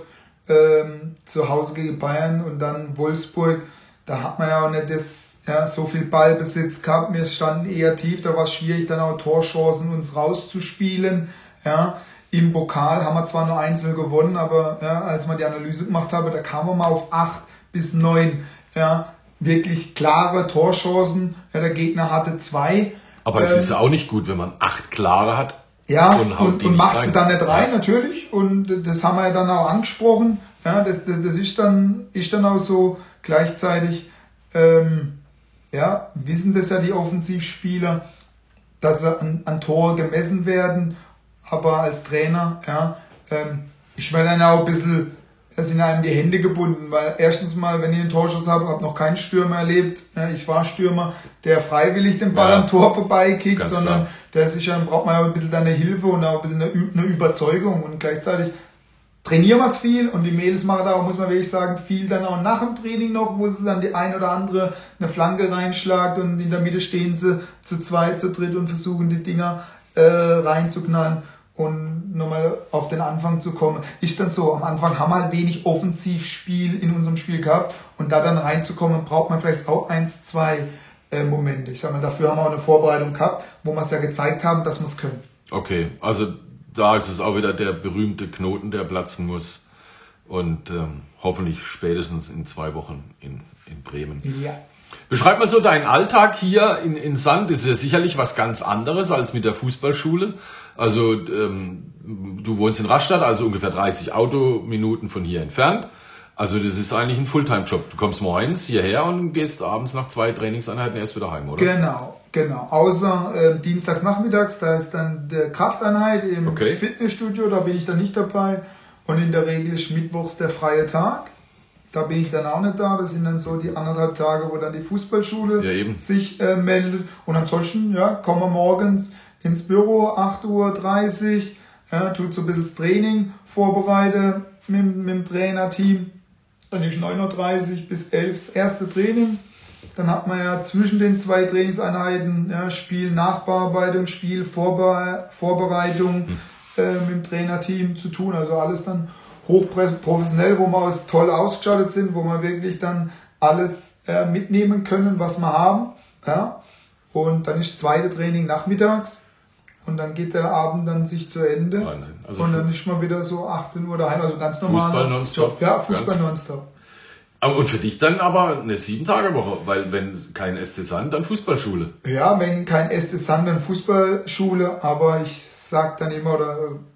ähm, zu Hause gegen Bayern und dann Wolfsburg. Da hat man ja auch nicht das, ja, so viel Ballbesitz gehabt. Wir standen eher tief, da war es schwierig, dann auch Torchancen uns rauszuspielen. Ja. Im Pokal haben wir zwar nur einzeln gewonnen, aber ja, als man die Analyse gemacht habe, da kamen wir mal auf acht bis neun ja, wirklich klare Torchancen. Ja, der Gegner hatte zwei. Aber es ähm, ist ja auch nicht gut, wenn man acht klare hat. Ja, und, haut und, die und nicht macht rein. sie dann nicht rein, Ja. natürlich. Und das haben wir ja dann auch angesprochen. Ja, das, das, das ist, dann, ist dann auch so gleichzeitig, ähm, ja, wissen das ja die Offensivspieler, dass sie an, an Tore gemessen werden. Aber als Trainer, ja, ähm, ich werde dann auch ein bisschen, es sind einem die Hände gebunden, weil erstens mal, wenn ich einen Torschuss habe, habe noch keinen Stürmer erlebt. Ja, ich war Stürmer, der freiwillig den Ball Ja, am Tor vorbeikickt, ganz sondern klar. der ist ja, dann braucht man ja ein bisschen eine Hilfe und auch ein bisschen eine, Ü- eine Überzeugung und gleichzeitig trainieren wir es viel und die Mädels machen da auch, muss man wirklich sagen, viel dann auch nach dem Training noch, wo sie dann die ein oder andere eine Flanke reinschlagt und in der Mitte stehen sie zu zweit, zu dritt und versuchen die Dinger äh, reinzuknallen. Und nochmal auf den Anfang zu kommen, ist dann so, am Anfang haben wir halt wenig Offensivspiel in unserem Spiel gehabt und da dann reinzukommen, braucht man vielleicht auch eins, zwei äh, Momente. Ich sag mal, dafür haben wir auch eine Vorbereitung gehabt, wo wir es ja gezeigt haben, dass wir es können. Okay, also da ist es auch wieder der berühmte Knoten, der platzen muss. Und ähm, hoffentlich spätestens in zwei Wochen in, in Bremen. Ja. Beschreib mal so deinen Alltag hier in, in Sand. Das ist ja sicherlich was ganz anderes als mit der Fußballschule. Also ähm, du wohnst in Rastatt, also ungefähr dreißig Autominuten von hier entfernt. Also das ist eigentlich ein Fulltime-Job. Du kommst morgens hierher und gehst abends nach zwei Trainingseinheiten erst wieder heim, oder? Genau, genau. Außer äh, dienstags nachmittags, da ist dann die Krafteinheit im Okay. Fitnessstudio, da bin ich dann nicht dabei. Und in der Regel ist mittwochs der freie Tag. Da bin ich dann auch nicht da. Das sind dann so die anderthalb Tage, wo dann die Fußballschule Ja, eben. sich äh, meldet. Und ansonsten, ja, kommen wir morgens ins Büro, acht Uhr dreißig, ja, tut so ein bisschen das Training, vorbereite mit, mit dem Trainerteam. Dann ist neun Uhr dreißig bis elf das erste Training. dann hat man ja zwischen den zwei Trainingseinheiten ja, Spiel, Nachbearbeitung, Spiel, Vorbe- Vorbereitung hm. äh, mit dem Trainerteam zu tun. Also alles dann hochprofessionell, wo wir aus, toll ausgestattet sind, wo wir wirklich dann alles äh, mitnehmen können, was wir haben. Ja. Und dann ist das zweite Training nachmittags. Und dann geht der Abend dann sich zu Ende. Wahnsinn. Also und dann ist man wieder so achtzehn Uhr daheim, also ganz normal. Fußball nonstop. Ja, Fußball nonstop. Und für dich dann aber eine sieben-Tage-Woche, weil wenn kein S C Sand, dann Fußballschule. Ja, wenn kein S C Sand, dann Fußballschule, aber ich sag dann immer, oder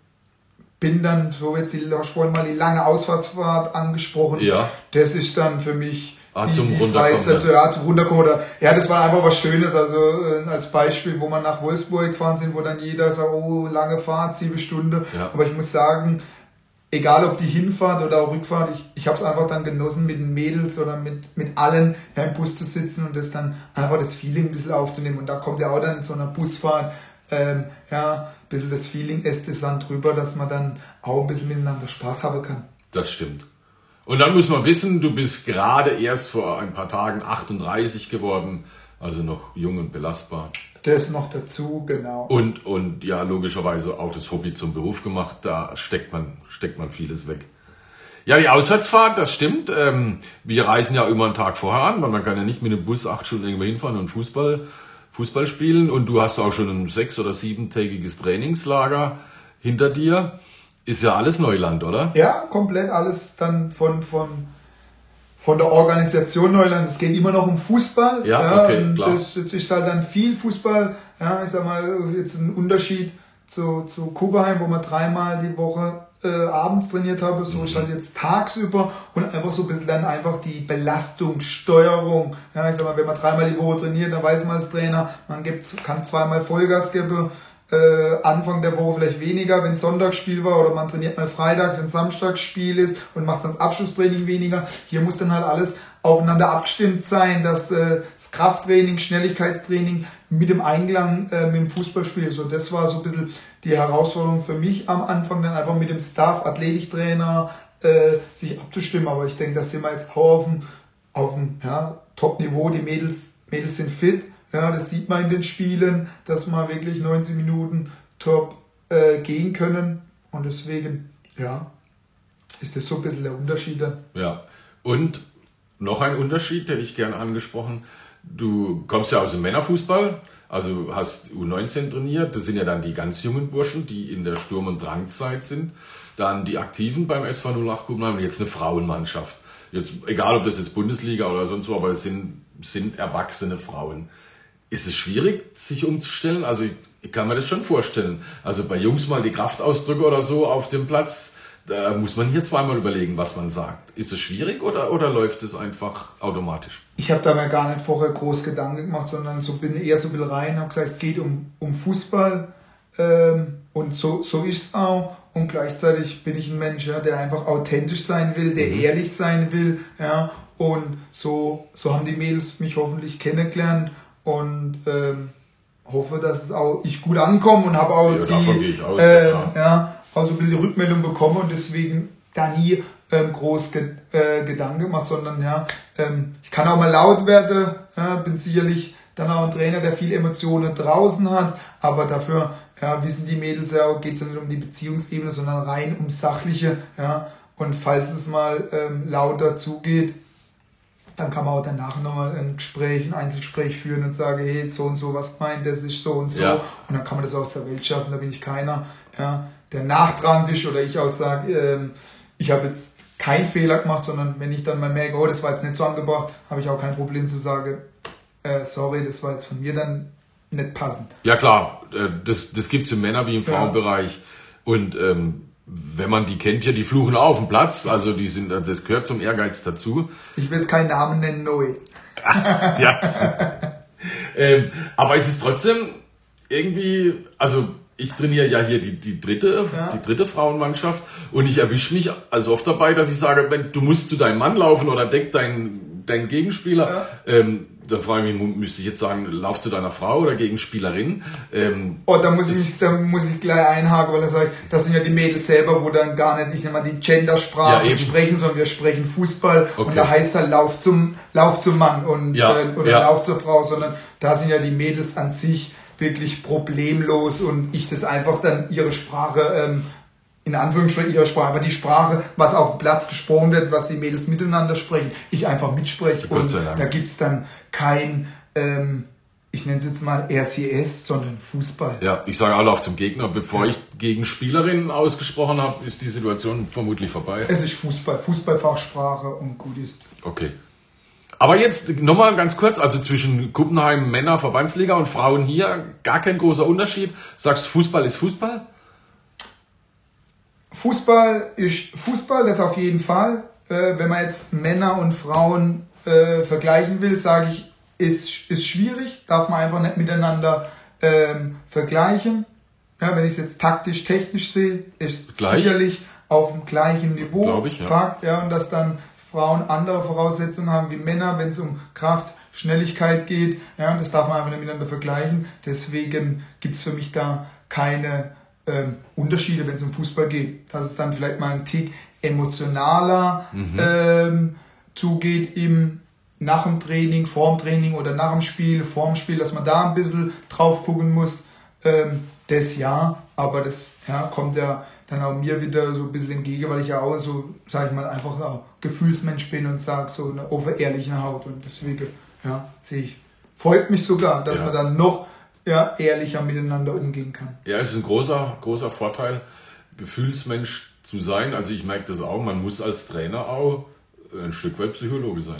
bin dann, so jetzt die, hast vorhin mal die lange Ausfahrtsfahrt angesprochen, ja. Das ist dann für mich ah, die, zum die Runterkommen. Freizeit, ja, zum Runterkommen. Oder, ja, das war einfach was Schönes, also äh, als Beispiel, wo man nach Wolfsburg gefahren sind, wo dann jeder sagt, oh, lange Fahrt, sieben Stunden, ja. Aber ich muss sagen, egal ob die Hinfahrt oder auch Rückfahrt, ich, ich habe es einfach dann genossen, mit den Mädels oder mit, mit allen ja, im Bus zu sitzen und das dann einfach das Feeling ein bisschen aufzunehmen. Und da kommt ja auch dann in so einer Busfahrt ähm, ja, ein bisschen das Feeling S C Sand drüber, dass man dann auch ein bisschen miteinander Spaß haben kann. Das stimmt. Und dann muss man wissen, du bist gerade erst vor ein paar Tagen achtunddreißig geworden, also noch jung und belastbar. Das noch dazu, genau. Und, und ja, logischerweise auch das Hobby zum Beruf gemacht, da steckt man, steckt man vieles weg. Ja, die Auswärtsfahrt, das stimmt. Ähm, wir reisen ja immer einen Tag vorher an, weil man kann ja nicht mit dem Bus acht Stunden irgendwo hinfahren und Fußball, Fußball spielen. Und du hast auch schon ein sechs- oder siebentägiges Trainingslager hinter dir. Ist ja alles Neuland, oder? Ja, komplett alles dann von... von Von der Organisation Neuland, es geht immer noch um Fußball. Ja, ja okay, und klar. Das, das ist halt dann viel Fußball. Ja, ich sag mal, jetzt ein Unterschied zu, zu Kuberheim, wo man dreimal die Woche äh, abends trainiert habe. So mhm. ist halt jetzt tagsüber und einfach so ein bisschen dann einfach die Belastungssteuerung. Ja, ich sag mal, wenn man dreimal die Woche trainiert, dann weiß man als Trainer, man gibt, kann zweimal Vollgas geben. Äh, Anfang der Woche vielleicht weniger, wenn Sonntagsspiel war, oder man trainiert mal freitags, wenn Samstagsspiel ist und macht dann das Abschlusstraining weniger. Hier muss dann halt alles aufeinander abgestimmt sein, dass äh, das Krafttraining, Schnelligkeitstraining mit dem Einklang äh, mit dem Fußballspiel. So, das war so ein bisschen die Herausforderung für mich am Anfang, dann einfach mit dem Staff, Athletiktrainer äh, sich abzustimmen. Aber ich denke, da sind wir jetzt auch auf dem, auf dem ja, Top-Niveau. Die Mädels, Mädels sind fit. Ja, das sieht man in den Spielen, dass wir wirklich neunzig Minuten top äh, gehen können. Und deswegen, ja, ist das so ein bisschen der Unterschied dann. Ja, und noch ein Unterschied, den ich gerne angesprochen. Du kommst ja aus dem Männerfußball, also hast U neunzehn trainiert. Das sind ja dann die ganz jungen Burschen, die in der Sturm- und Drangzeit sind. Dann die Aktiven beim S V null acht Kubenheim und jetzt eine Frauenmannschaft. Jetzt, egal, ob das jetzt Bundesliga oder sonst wo, aber es sind, sind erwachsene Frauen. Ist es schwierig, sich umzustellen? Also ich, ich kann mir das schon vorstellen. Also bei Jungs mal die Kraftausdrücke oder so auf dem Platz, da muss man hier zweimal überlegen, was man sagt. Ist es schwierig oder, oder läuft es einfach automatisch? Ich habe da mir gar nicht vorher groß Gedanken gemacht, sondern so bin eher so ein bisschen rein, habe gesagt, es geht um, um Fußball ähm, und so, so ist es auch. Und gleichzeitig bin ich ein Mensch, ja, der einfach authentisch sein will, der mhm. ehrlich sein will. Ja, und so, so haben die Mädels mich hoffentlich kennengelernt. Und ähm, hoffe, dass es auch ich gut ankomme und habe auch ja, die aus, äh, ja. ja, auch so ein bisschen Rückmeldung bekommen und deswegen da nie ähm, groß ge- äh, Gedanken gemacht, sondern ja, ähm, ich kann auch mal laut werden, ja, bin sicherlich dann auch ein Trainer, der viele Emotionen draußen hat, aber dafür ja, wissen die Mädels ja, geht es ja nicht um die Beziehungsebene, sondern rein um Sachliche, ja, und falls es mal ähm, lauter zugeht, dann kann man auch danach nochmal ein Gespräch, ein Einzelgespräch führen und sagen, hey, so und so, was meint, das ist so und so. Ja. Und dann kann man das aus der Welt schaffen. Da bin ich keiner, ja, der nachtragend ist oder ich auch sage, ähm, ich habe jetzt keinen Fehler gemacht, sondern wenn ich dann mal merke, oh, das war jetzt nicht so angebracht, habe ich auch kein Problem zu sagen, äh, sorry, das war jetzt von mir dann nicht passend. Ja klar, das, das gibt es im Männer- wie im Frauenbereich. Ja. Und ähm, wenn man die kennt, ja, die fluchen auch auf dem Platz, also die sind, das gehört zum Ehrgeiz dazu. Ich will jetzt keinen Namen nennen, Noe. ja. ähm, aber es ist trotzdem irgendwie, also ich trainiere ja hier die, die dritte, ja. die dritte Frauenmannschaft und ich erwische mich also oft dabei, dass ich sage, wenn du musst zu deinem Mann laufen oder deck deinen, deinen Gegenspieler, ja. ähm, dann frage ich mich, müsste ich jetzt sagen, lauf zu deiner Frau oder gegen Spielerin? Ähm, oh, da muss ich mich, da muss ich gleich einhaken, weil er sagt, das sind ja die Mädels selber, wo dann gar nicht, ich nenne mal die Gendersprache ja, sprechen, sondern wir sprechen Fußball okay. und da heißt halt Lauf zum, Lauf zum Mann und, ja, äh, oder ja. Lauf zur Frau, sondern da sind ja die Mädels an sich wirklich problemlos und ich das einfach dann ihre Sprache, ähm, in Anführungsstrichen ihre Sprache, aber die Sprache, was auf dem Platz gesprochen wird, was die Mädels miteinander sprechen, ich einfach mitspreche und da gibt's dann kein, ähm, ich nenne es jetzt mal R C S, sondern Fußball. Ja, ich sage Lauf zum Gegner. Bevor ja. ich gegen Spielerinnen ausgesprochen habe, ist die Situation vermutlich vorbei. Es ist Fußball, Fußballfachsprache und gut ist. Okay. Aber jetzt nochmal ganz kurz, also zwischen Kuppenheim Männer Verbandsliga und Frauen hier, gar kein großer Unterschied. Sagst du, Fußball ist Fußball? Fußball ist Fußball, das auf jeden Fall. Äh, wenn man jetzt Männer und Frauen äh, vergleichen will, sage ich, ist, ist schwierig, darf man einfach nicht miteinander ähm, vergleichen. Ja, wenn ich es jetzt taktisch, technisch sehe, ist Gleich. sicherlich auf dem gleichen Niveau. Glaube ich, ja. Fakt, ja, und dass dann Frauen andere Voraussetzungen haben wie Männer, wenn es um Kraft, Schnelligkeit geht. Ja, das darf man einfach nicht miteinander vergleichen. Deswegen gibt es für mich da keine ähm, Unterschiede, wenn es um Fußball geht. Dass es dann vielleicht mal ein Tick emotionaler mhm. ähm, zugeht im nach dem Training, vorm Training oder nach dem Spiel, vorm Spiel, dass man da ein bisschen drauf gucken muss. Ähm, das ja, aber das ja, kommt ja dann auch mir wieder so ein bisschen entgegen, weil ich ja auch so, sag ich mal, einfach auch Gefühlsmensch bin und sage so eine offene, ehrliche Haut und deswegen, ja, sehe ich, freut mich sogar, dass ja. man dann noch ja, ehrlicher miteinander umgehen kann. Ja, es ist ein großer, großer Vorteil, Gefühlsmensch zu sein. Also ich merke das auch, man muss als Trainer auch ein Stück weit Psychologe sein.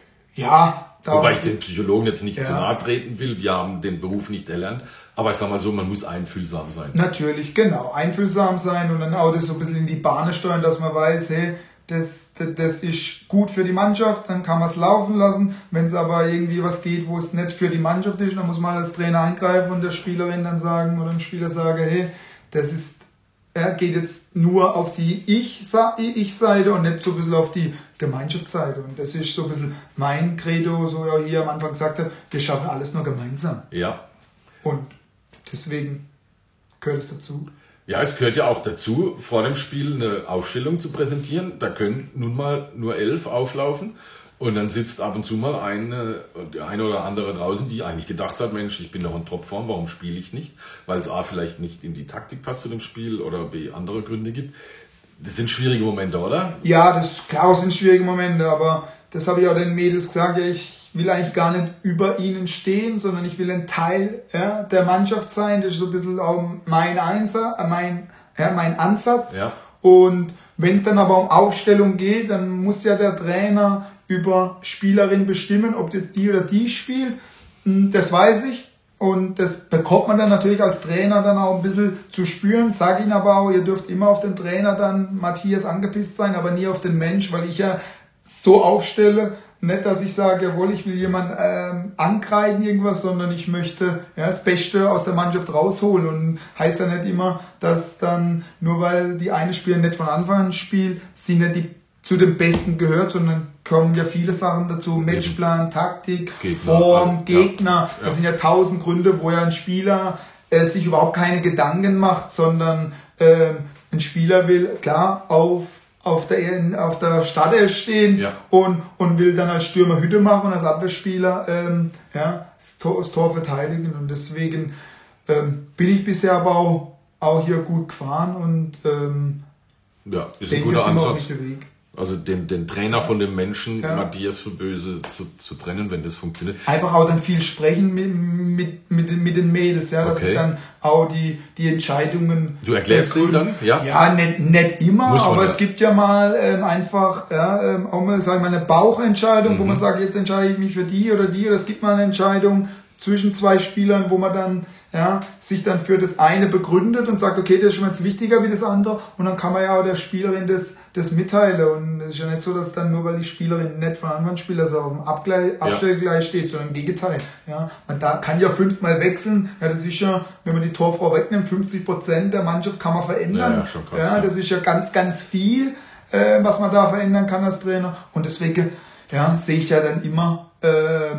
Ja, da wobei ich den Psychologen jetzt nicht ja. zu nahe treten will, wir haben den Beruf nicht erlernt, aber ich sag mal so, man muss einfühlsam sein. Natürlich, genau, einfühlsam sein und dann auch das so ein bisschen in die Bahn steuern, dass man weiß, hey, das, das, das ist gut für die Mannschaft, dann kann man es laufen lassen. Wenn es aber irgendwie was geht, wo es nicht für die Mannschaft ist, dann muss man als Trainer eingreifen und der Spielerin dann sagen oder dem Spieler sagen, hey, das ist er geht jetzt nur auf die Ich-Seite und nicht so ein bisschen auf die Gemeinschaftsseite. Und das ist so ein bisschen mein Credo, so ja hier am Anfang gesagt habe, wir schaffen alles nur gemeinsam. Ja. Und deswegen gehört es dazu. Ja, es gehört ja auch dazu, vor dem Spiel eine Aufstellung zu präsentieren. Da können nun mal nur elf auflaufen. Und dann sitzt ab und zu mal eine, eine oder andere draußen, die eigentlich gedacht hat, Mensch, ich bin noch in Topform, warum spiele ich nicht? Weil es A, vielleicht nicht in die Taktik passt zu dem Spiel oder B, andere Gründe gibt. Das sind schwierige Momente, oder? Ja, das ist klar, das sind schwierige Momente, aber das habe ich auch den Mädels gesagt, ja, ich will eigentlich gar nicht über ihnen stehen, sondern ich will ein Teil ja, der Mannschaft sein. Das ist so ein bisschen auch mein, Einsatz, mein, ja, mein Ansatz. Ja. Und wenn es dann aber um Aufstellung geht, dann muss ja der Trainer über Spielerin bestimmen, ob jetzt die oder die spielt. Das weiß ich. Und das bekommt man dann natürlich als Trainer dann auch ein bisschen zu spüren. Sag Ihnen aber auch, ihr dürft immer auf den Trainer dann, Matthias, angepisst sein, aber nie auf den Mensch, weil ich ja so aufstelle, nicht, dass ich sage, jawohl, ich will jemanden ähm, ankreiden irgendwas, sondern ich möchte ja, das Beste aus der Mannschaft rausholen. Und heißt ja nicht immer, dass dann, nur weil die eine Spieler nicht von Anfang an spielt, sie nicht die zu den Besten gehört, sondern kommen ja viele Sachen dazu, Matchplan, Taktik, Gegner, Form, Gegner, ja, ja. Das sind ja tausend Gründe, wo ja ein Spieler äh, sich überhaupt keine Gedanken macht, sondern äh, ein Spieler will, klar, auf, auf der, auf der Startelf stehen ja. und, und will dann als Stürmer Hütte machen und als Abwehrspieler ähm, ja, das, Tor, das Tor verteidigen und deswegen ähm, bin ich bisher aber auch, auch hier gut gefahren und ähm, ja, ist denke, ein guter Ansatz. Weg. Also den, den Trainer von dem Menschen, ja. Matthias für Böse, zu, zu trennen, wenn das funktioniert. Einfach auch dann viel sprechen mit, mit, mit, mit den Mädels, ja, dass okay. ich dann auch die, die Entscheidungen... Du erklärst ihnen dann? Ja, ja nicht, nicht immer, Muss man aber ja. es gibt ja mal ähm, einfach ja, ähm, auch mal, sag ich mal, eine Bauchentscheidung, mhm. wo man sagt, jetzt entscheide ich mich für die oder die, oder es gibt mal eine Entscheidung zwischen zwei Spielern, wo man dann ja, sich dann für das eine begründet und sagt, okay, das ist schon jetzt wichtiger wie das andere und dann kann man ja auch der Spielerin das, das mitteilen und es ist ja nicht so, dass dann nur, weil die Spielerin nicht von Anfang an spielt, dass er auf dem Abgleich, Abstellgleich steht, sondern im Gegenteil. Ja, man da kann ja fünfmal wechseln, ja, das ist ja, wenn man die Torfrau wegnimmt, fünfzig Prozent der Mannschaft kann man verändern. Ja, ja, schon krass, ja, das ist ja ganz, ganz viel, äh, was man da verändern kann als Trainer und deswegen ja, sehe ich ja dann immer, ähm,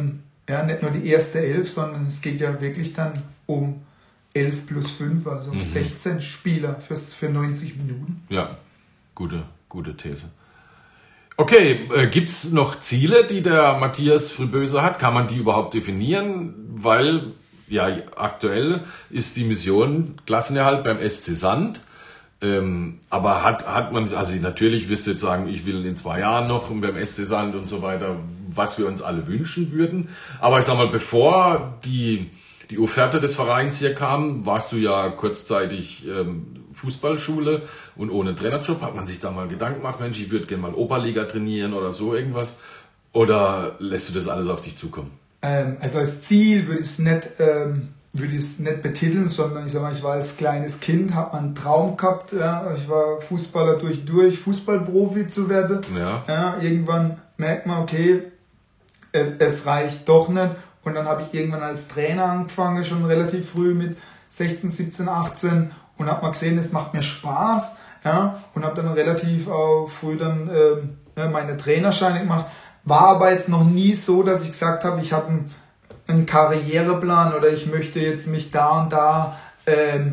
ja, nicht nur die erste Elf, sondern es geht ja wirklich dann um elf plus fünf, also um mhm. sechzehn Spieler für, für neunzig Minuten. Ja, gute, gute These. Okay, äh, gibt es noch Ziele, die der Matthias Friböser hat? Kann man die überhaupt definieren? Weil ja aktuell ist die Mission Klassenerhalt beim S C Sand. Ähm, aber hat, hat man, also natürlich wirst du jetzt sagen, ich will in zwei Jahren noch beim S C Sand und so weiter, was wir uns alle wünschen würden. Aber ich sag mal, bevor die, die Offerte des Vereins hier kam, warst du ja kurzzeitig ähm, Fußballschule und ohne Trainerjob. Hat man sich da mal Gedanken gemacht, Mensch, ich würde gerne mal Oberliga trainieren oder so irgendwas? Oder lässt du das alles auf dich zukommen? Ähm, also als Ziel würde ich es nicht, ähm, würde ich es nicht betiteln, sondern ich sag mal, ich war als kleines Kind, habe einen Traum gehabt, ja, ich war Fußballer durch durch, Fußballprofi zu werden. Ja. Ja, irgendwann merkt man, okay, es, es reicht doch nicht. Und dann habe ich irgendwann als Trainer angefangen, schon relativ früh mit sechzehn, siebzehn, achtzehn und habe mal gesehen, es macht mir Spaß, ja, und habe dann relativ auch früh dann ähm, meine Trainerscheine gemacht. War aber jetzt noch nie so, dass ich gesagt habe, ich habe einen, einen Karriereplan oder ich möchte jetzt mich da und da ähm,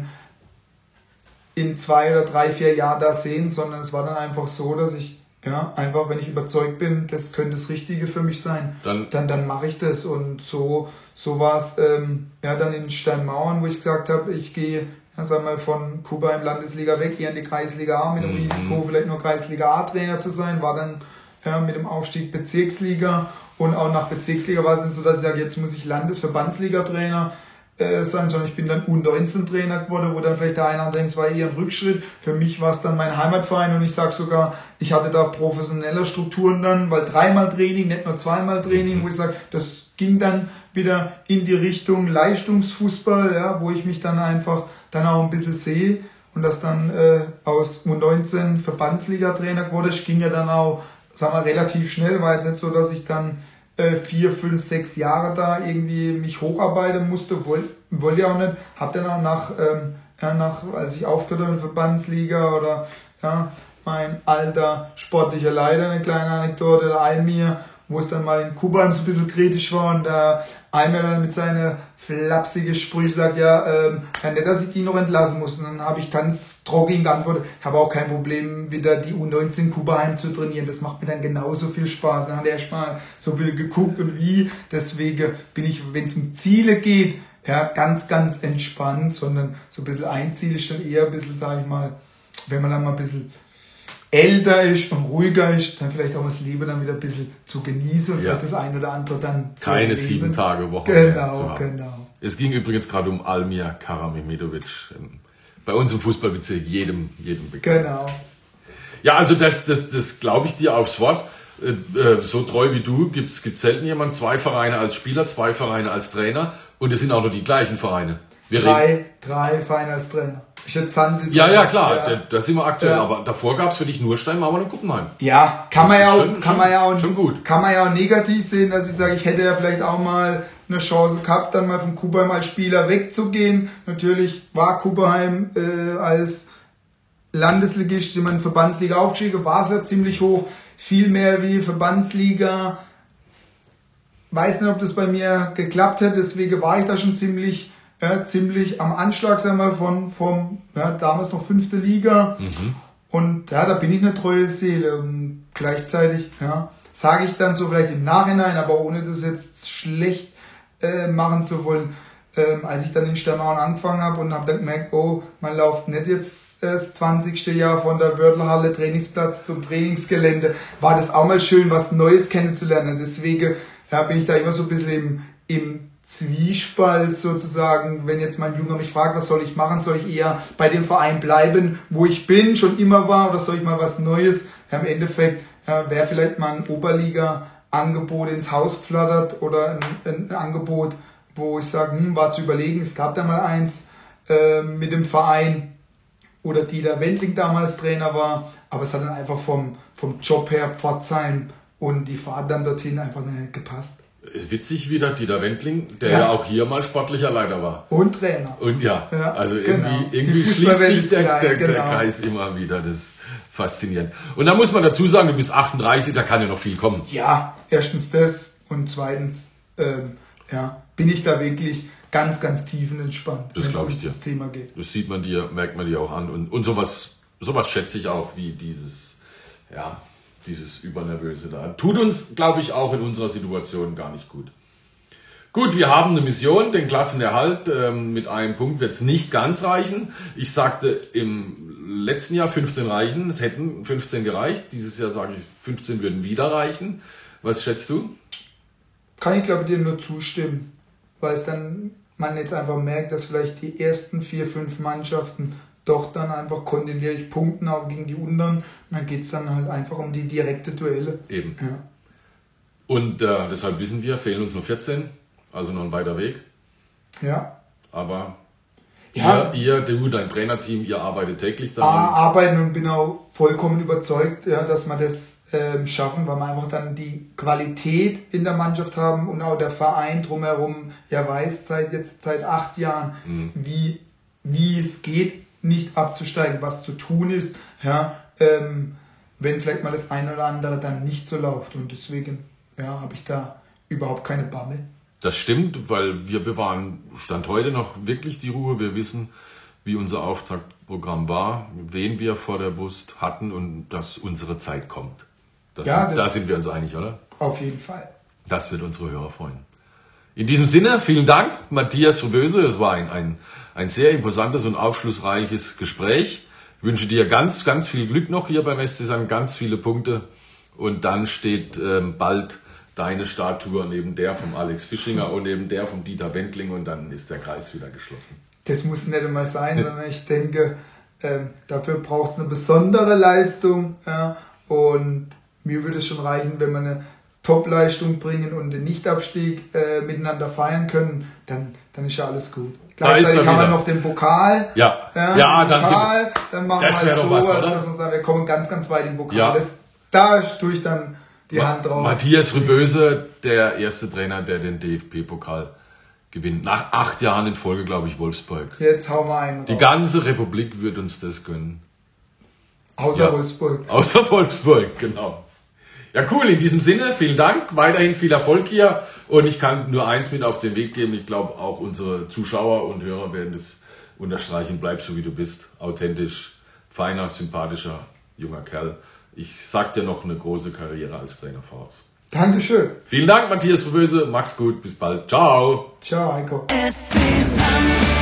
in zwei oder drei, vier Jahren da sehen, sondern es war dann einfach so, dass ich ja, einfach, wenn ich überzeugt bin, das könnte das Richtige für mich sein, dann, dann, dann mache ich das. Und so, so war es ähm, ja, dann in Steinmauern, wo ich gesagt habe, ich gehe ja, sag mal, von Kuba im Landesliga weg, eher in die Kreisliga A, mit dem mhm. Risiko, vielleicht nur Kreisliga A-Trainer zu sein, war dann ja, mit dem Aufstieg Bezirksliga und auch nach Bezirksliga war es dann so, dass ich sage, jetzt muss ich Landesverbandsliga-Trainer äh, sein, sondern ich bin dann U neunzehn Trainer geworden, wo dann vielleicht der eine denkt, es war eher ein Rückschritt. Für mich war es dann mein Heimatverein und ich sage sogar, ich hatte da professionelle Strukturen dann, weil dreimal Training, nicht nur zweimal Training, wo ich sage, das ging dann wieder in die Richtung Leistungsfußball, ja, wo ich mich dann einfach dann auch ein bisschen sehe und das dann äh, aus U neunzehn Verbandsliga-Trainer geworden ist, ging ja dann auch, sagen wir, relativ schnell, war jetzt nicht so, dass ich dann äh, vier, fünf, sechs Jahre da irgendwie mich hocharbeiten musste, wollte wollt ja auch nicht, hab dann auch nach, ähm, ja, nach, als ich aufgehört habe in der Verbandsliga oder ja, mein alter sportlicher Leiter, eine kleine Anekdote, der Almir, wo es dann mal in Kuba ein bisschen kritisch war und der Almir dann mit seiner flapsige Sprüche sagt, ja, ähm, ja, nicht, dass ich die noch entlassen muss. Und dann habe ich ganz trocken geantwortet, ich habe auch kein Problem, wieder die U neunzehn Kuba heim zu trainieren. Das macht mir dann genauso viel Spaß. Dann hat er erst mal so ein bisschen geguckt und wie. Deswegen bin ich, wenn es um Ziele geht, ja, ganz, ganz entspannt, sondern so ein bisschen ein Ziel ist dann eher ein bisschen, sage ich mal, wenn man dann mal ein bisschen älter ist und ruhiger ist, dann vielleicht auch das Leben dann wieder ein bisschen zu genießen und ja. vielleicht das ein oder andere dann zu Keine erleben. sieben Tage Woche genau, zu haben. Genau. Es ging übrigens gerade um Almir Karamimidovic. Bei uns im Fußballbezirk jedem, jedem bekannt. Genau. Ja, also das, das, das glaube ich dir aufs Wort. So treu wie du gibt es selten jemand. Zwei Vereine als Spieler, zwei Vereine als Trainer und es sind auch nur die gleichen Vereine. Wir drei, reden, drei Vereine als Trainer. Ich jetzt Sand, ja, ja, klar, ja. Da, da sind wir aktuell. Ja. Aber davor gab es für dich nur Steinmauern und Kuppenheim. Ja, kann man ja, auch, schon, kann, schon, man ja auch, schon gut. kann man ja auch negativ sehen, dass ich sage, ich hätte ja vielleicht auch mal eine Chance gehabt, dann mal von Kuppenheim als Spieler wegzugehen. Natürlich war Kuppenheim äh, als Landesligist, sind wir in Verbandsliga aufgestiegen, war es ja ziemlich hoch, viel mehr wie Verbandsliga. Weiß nicht, ob das bei mir geklappt hätte, deswegen war ich da schon ziemlich, ja, ziemlich am Anschlag, sagen wir, von, vom, ja, damals noch fünfte Liga. Mhm. Und ja, da bin ich eine treue Seele. Und gleichzeitig, ja, sage ich dann so vielleicht im Nachhinein, aber ohne das jetzt schlecht äh, machen zu wollen, ähm, als ich dann in Steinmauern angefangen habe und habe dann gemerkt, oh, man läuft nicht jetzt das zwanzigste Jahr von der Wörtlerhalle Trainingsplatz zum Trainingsgelände, war das auch mal schön, was Neues kennenzulernen. Deswegen ja, bin ich da immer so ein bisschen im, im Zwiespalt sozusagen, wenn jetzt mein Junge mich fragt, was soll ich machen, soll ich eher bei dem Verein bleiben, wo ich bin, schon immer war, oder soll ich mal was Neues? Ja, im Endeffekt ja, wäre vielleicht mal ein Oberliga-Angebot ins Haus geflattert oder ein, ein Angebot, wo ich sage, hm, war zu überlegen, es gab da mal eins äh, mit dem Verein, oder Dieter Wendling damals Trainer war, aber es hat dann einfach vom, vom Job her Pforzheim und die Fahrt dann dorthin einfach nicht gepasst. Witzig wieder, Dieter Wendling, der ja. ja auch hier mal sportlicher Leiter war. Und Trainer. Und ja, ja also genau. irgendwie, irgendwie schließt sich der, klein, der, der genau. Kreis immer wieder. Das ist faszinierend. Und da muss man dazu sagen, du bist achtunddreißig, da kann ja noch viel kommen. Ja, erstens das und zweitens ähm, ja, bin ich da wirklich ganz, ganz tiefenentspannt, wenn es um das Thema geht. Das sieht man dir, merkt man dir auch an. Und, und sowas, sowas schätze ich auch, wie dieses, ja, dieses Übernervöse da. Tut uns, glaube ich, auch in unserer Situation gar nicht gut. Gut, wir haben eine Mission, den Klassenerhalt. Ähm, mit einem Punkt wird es nicht ganz reichen. Ich sagte im letzten Jahr fünfzehn reichen. Es hätten fünfzehn gereicht. Dieses Jahr sage ich, fünfzehn würden wieder reichen. Was schätzt du? Kann ich, glaube ich, dir nur zustimmen. Weil es dann man jetzt einfach merkt, dass vielleicht die ersten vier, fünf Mannschaften doch dann einfach kontinuierlich punkten, auch gegen die unteren. Und dann geht es dann halt einfach um die direkte Duelle. Eben. Ja. Und äh, deshalb wissen wir, fehlen uns nur vierzehn. Also noch ein weiter Weg. Ja. Aber ja. ihr, ihr, du, dein Trainerteam, ihr arbeitet täglich daran. daran. Arbeiten und bin auch vollkommen überzeugt, ja, dass wir das ähm, schaffen, weil wir einfach dann die Qualität in der Mannschaft haben und auch der Verein drumherum ja weiß seit jetzt seit acht Jahren, mhm. wie, wie es geht, nicht abzusteigen, was zu tun ist, ja, ähm, wenn vielleicht mal das eine oder andere dann nicht so läuft. Und deswegen ja, habe ich da überhaupt keine Bammel. Das stimmt, weil wir bewahren Stand heute noch wirklich die Ruhe. Wir wissen, wie unser Auftaktprogramm war, wen wir vor der Brust hatten und dass unsere Zeit kommt. Das ja, sind, da sind wir uns einig, oder? Auf jeden Fall. Das wird unsere Hörer freuen. In diesem Sinne, vielen Dank, Matthias Froböse. Es war ein, ein, ein sehr imposantes und aufschlussreiches Gespräch. Ich wünsche dir ganz, ganz viel Glück noch hier beim S C Sand, ganz viele Punkte. Und dann steht ähm, bald deine Statue neben der vom Alex Fischinger und neben der vom Dieter Wendling und dann ist der Kreis wieder geschlossen. Das muss nicht immer sein, sondern ich denke, ähm, dafür braucht es eine besondere Leistung. Ja, und mir würde es schon reichen, wenn wir eine Top-Leistung bringen und den Nichtabstieg äh, miteinander feiern können, dann, dann ist ja alles gut. Gleichzeitig haben wir noch den Pokal. Ja, ja, ja den Pokal, dann, dann machen wir halt so, was, als dass wir sagen, wir kommen ganz, ganz weit im Pokal. Ja. Das, da tue ich dann die Hand drauf. Matthias Froböse, der erste Trainer, der den D F B-Pokal gewinnt. Nach acht Jahren in Folge, glaube ich, Wolfsburg. Jetzt hauen wir einen raus. Die ganze Republik wird uns das gönnen. Außer ja. Wolfsburg. Außer Wolfsburg, genau. Ja, cool. In diesem Sinne, vielen Dank. Weiterhin viel Erfolg hier. Und ich kann nur eins mit auf den Weg geben. Ich glaube, auch unsere Zuschauer und Hörer werden das unterstreichen. Bleib so, wie du bist. Authentisch, feiner, sympathischer, junger Kerl. Ich sag dir noch eine große Karriere als Trainer voraus. Dankeschön. Vielen Dank, Matthias Froböse. Mach's gut. Bis bald. Ciao. Ciao, Heiko. S C Sand.